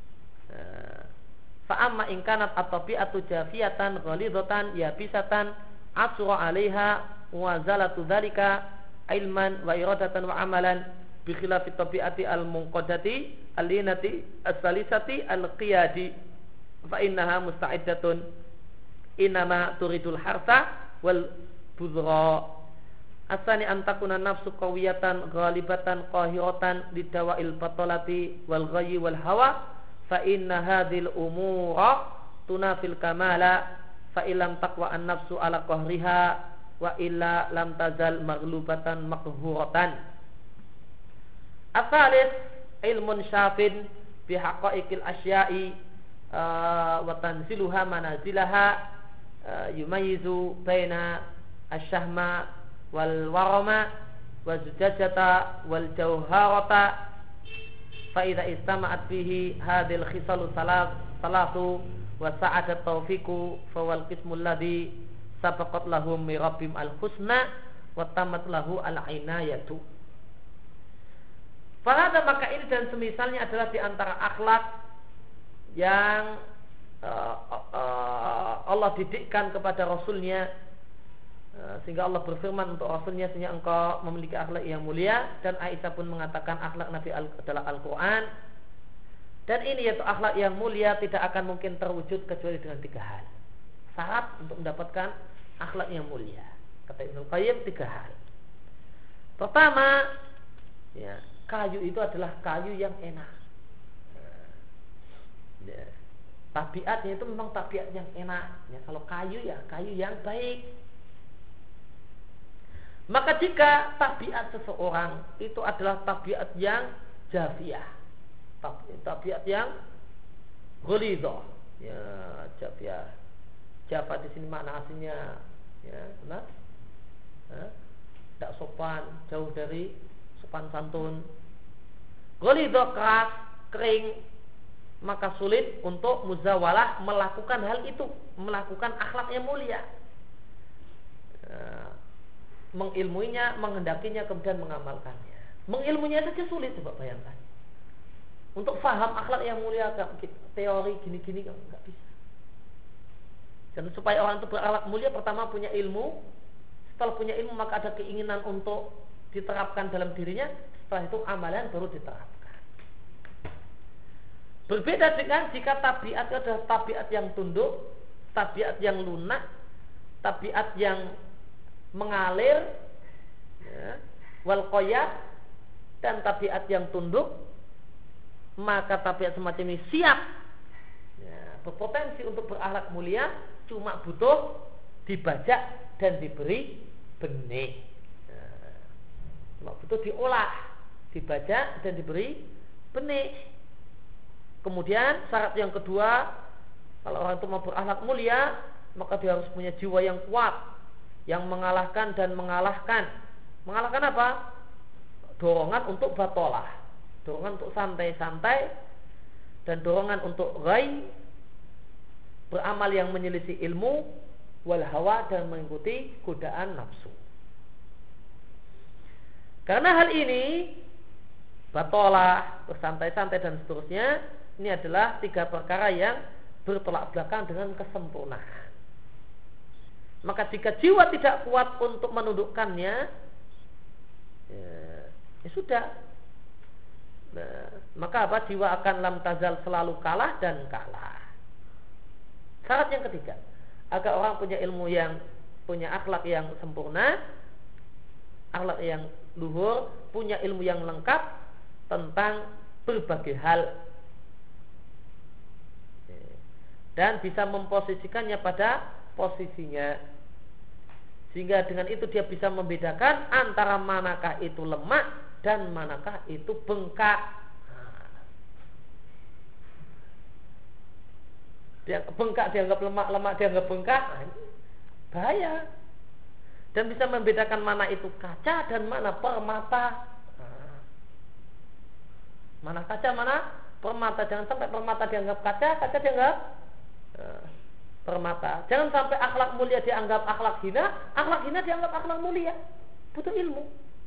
Speaker 1: Fa amma in kanat at-tabi'atu jafiyatan ghalidatan yabisatan asra 'alaiha wa zalatu dzalika ilman wa iradatan wa amalan bi khilafi tabi'ati al-munqadati al-linati as-salisati al-qiyadi fa innaha musta'iddatun inama turidul harsa wal budra. Asani antakuna nafsu qawiyatan ghalibatan qahiratan lidawa'il batalati wal ghayyi wal hawa fa inna hadhil umura tunafil kamala fa illam taqwa an nafsu ala qahriha wa illa lam tazal maghlubatan maqhuratan. Asalis ilmun syafin bi haqaiqil asya'i wa tanziluha manazilaha yumayyizu baina asyahma wal warama wa zujajata wal jauharata fa idza istama'at fihi hadhil khisalu salas salasu wa sa'adat taufiqu fa wal qismul ladzi sabaqat lahum min rabbim al husna wa tamat lahu al inayatu. Pada maka ini dan semisalnya adalah di antara akhlak yang uh, uh, Allah didikkan kepada Rasulnya, uh, sehingga Allah berfirman untuk Rasulnya, sehingga engkau memiliki akhlak yang mulia. Dan Aisyah pun mengatakan akhlak Nabi adalah Al-Quran. Dan ini yaitu akhlak yang mulia tidak akan mungkin terwujud kecuali dengan tiga hal. Syarat untuk mendapatkan akhlak yang mulia, kata Ibnu Qayyim, tiga hal. Pertama, ya, kayu itu adalah kayu yang enak. Ya, tabiatnya itu memang tabiat yang enak. Ya, kalau kayu ya kayu yang baik. Maka jika tabiat seseorang itu adalah tabiat yang jafiyah, tabiat yang ghalidhah, ya, jafiyah. Jafa di sini makna aslinya, ya, benar? Tidak sopan, jauh dari sopan santun. Ghalidhah, keras, kering, maka sulit untuk muzawalah melakukan hal itu, melakukan akhlak yang mulia, e, mengilmuinya, menghendakinya, kemudian mengamalkannya. Mengilmunya saja sulit, coba bayangkan. Untuk faham akhlak yang mulia, teori gini-gini nggak bisa. Dan supaya orang itu berakhlak mulia, pertama punya ilmu. Setelah punya ilmu, maka ada keinginan untuk diterapkan dalam dirinya. Setelah itu amalan baru diterapkan. Berbeda dengan jika tabiat adalah tabiat yang tunduk, tabiat yang lunak, tabiat yang mengalir, ya, wal qoyat, dan tabiat yang tunduk, maka tabiat semacam ini siap, ya, berpotensi untuk berakhlak mulia, cuma butuh dibajak dan diberi benih. Nah, cuma butuh diolah, dibajak dan diberi benih. Kemudian syarat yang kedua, kalau orang itu mau berakhlak mulia, maka dia harus punya jiwa yang kuat, yang mengalahkan dan mengalahkan. Mengalahkan apa? Dorongan untuk batolah, dorongan untuk santai-santai, dan dorongan untuk ghai, beramal yang menyelisih ilmu, wal hawa, dan mengikuti godaan nafsu. Karena hal ini, batolah, bersantai-santai dan seterusnya, ini adalah tiga perkara yang bertolak belakang dengan kesempurnaan. Maka jika jiwa tidak kuat untuk menundukkannya, ya, ya sudah. Nah, maka apa? Jiwa akan lam tazal, selalu kalah dan kalah. Syarat yang ketiga, agar orang punya ilmu yang, punya akhlak yang sempurna, akhlak yang luhur, punya ilmu yang lengkap tentang berbagai hal, dan bisa memposisikannya pada posisinya, sehingga dengan itu dia bisa membedakan antara manakah itu lemak dan manakah itu bengkak. Dia bengkak dianggap lemak, lemak dianggap bengkak, bahaya. Dan bisa membedakan mana itu kaca dan mana permata. Mana kaca, mana permata. Jangan sampai permata dianggap kaca, kaca dianggap uh, permata. Jangan sampai akhlak mulia dianggap akhlak hina, akhlak hina dianggap akhlak mulia. Butuh ilmu.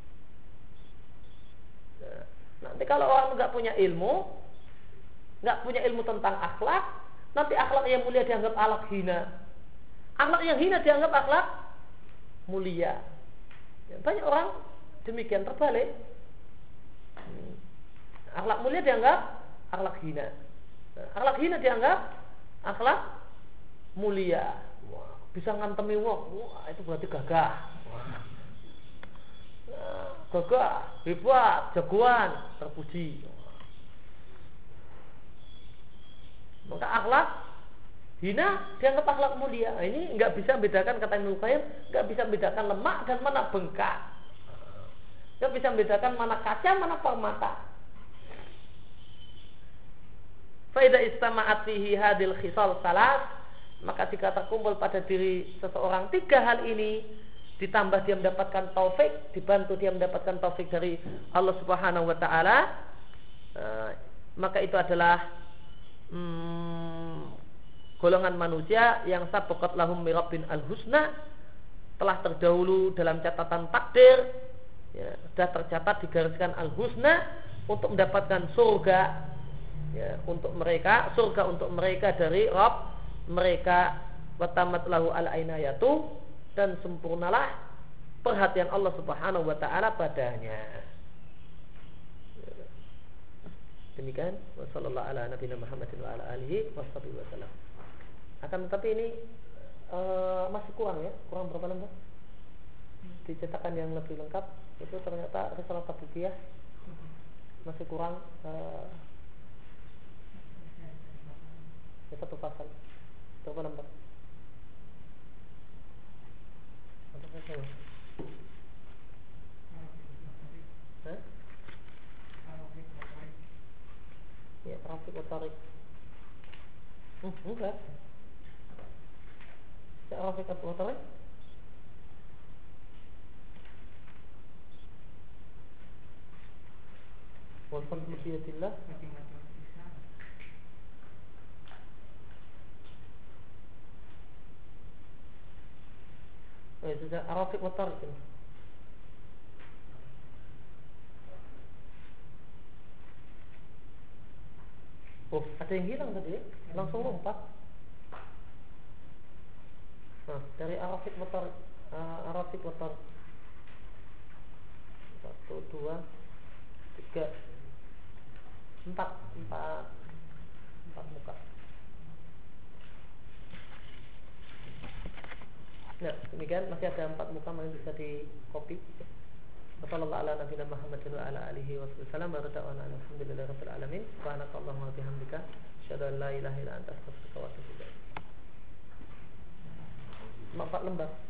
Speaker 1: Nah, nanti kalau orang nggak punya ilmu, nggak punya ilmu tentang akhlak, nanti akhlak yang mulia dianggap akhlak hina, akhlak yang hina dianggap akhlak mulia. Ya, banyak orang demikian, terbalik. Hmm. Akhlak mulia dianggap akhlak hina, akhlak hina dianggap akhlak mulia. Wah, bisa ngantemi wong, wah itu berarti gagah. Wah. Nah, gagah, hebat, jagoan, terpuji. Maka akhlak hina dianggap akhlak mulia. Nah, ini nggak bisa membedakan, kata Ibnu Qayyim, nggak bisa membedakan lemak dan mana bengkak. Nggak bisa membedakan mana kaca, mana permata. Faida istama'at fihi hadil khisal salas, maka jika terkumpul pada diri seseorang tiga hal ini, ditambah dia mendapatkan taufik, dibantu dia mendapatkan taufik dari Allah Subhanahu wa taala, uh, maka itu adalah hmm, golongan manusia yang sabaqat lahum mirabbin al-husna, telah terdahulu dalam catatan takdir, ya, sudah tercatat digariskan al-husna untuk mendapatkan surga, ya, untuk mereka, surga untuk mereka dari Rabb mereka, watamat lahu al-ainayatu, dan sempurnalah perhatian Allah Subhanahu wa taala padanya. Demikian, wassallallahu ala nabiyina Muhammadin wa ala alihi washabihi wasallam. Akan tetapi ini uh, masih kurang ya, kurang berapa lembar? Dicetakan yang lebih lengkap itu ternyata risalah tabukiyah masih kurang uh, ya, satu pasal. Berapa lembar? Apa saja? Hah? Ya, Rafiq Otarik. Hmm, enggak. Ya, Rafiq Otarik. Walhamdulillah biyadillah. Oh, itu sudah Rafiq Otarik ini. Oh, ada yang hilang tadi ya? Langsung lompat. Nah, dari Arafiq motor uh, Arafiq motor satu, dua, tiga, empat, empat, empat muka. Nah, demikian masih ada empat muka yang bisa di copy. Wassallallahu ala nabiyina Muhammadin wa ala alihi wasallam. Barakatuhu alhamdulillahirabbil alamin. Subhanakallahumma wa bihamdika asyhadu an la ilaha illa anta astaghfiruka wa atubu ilaik. Empat lembar.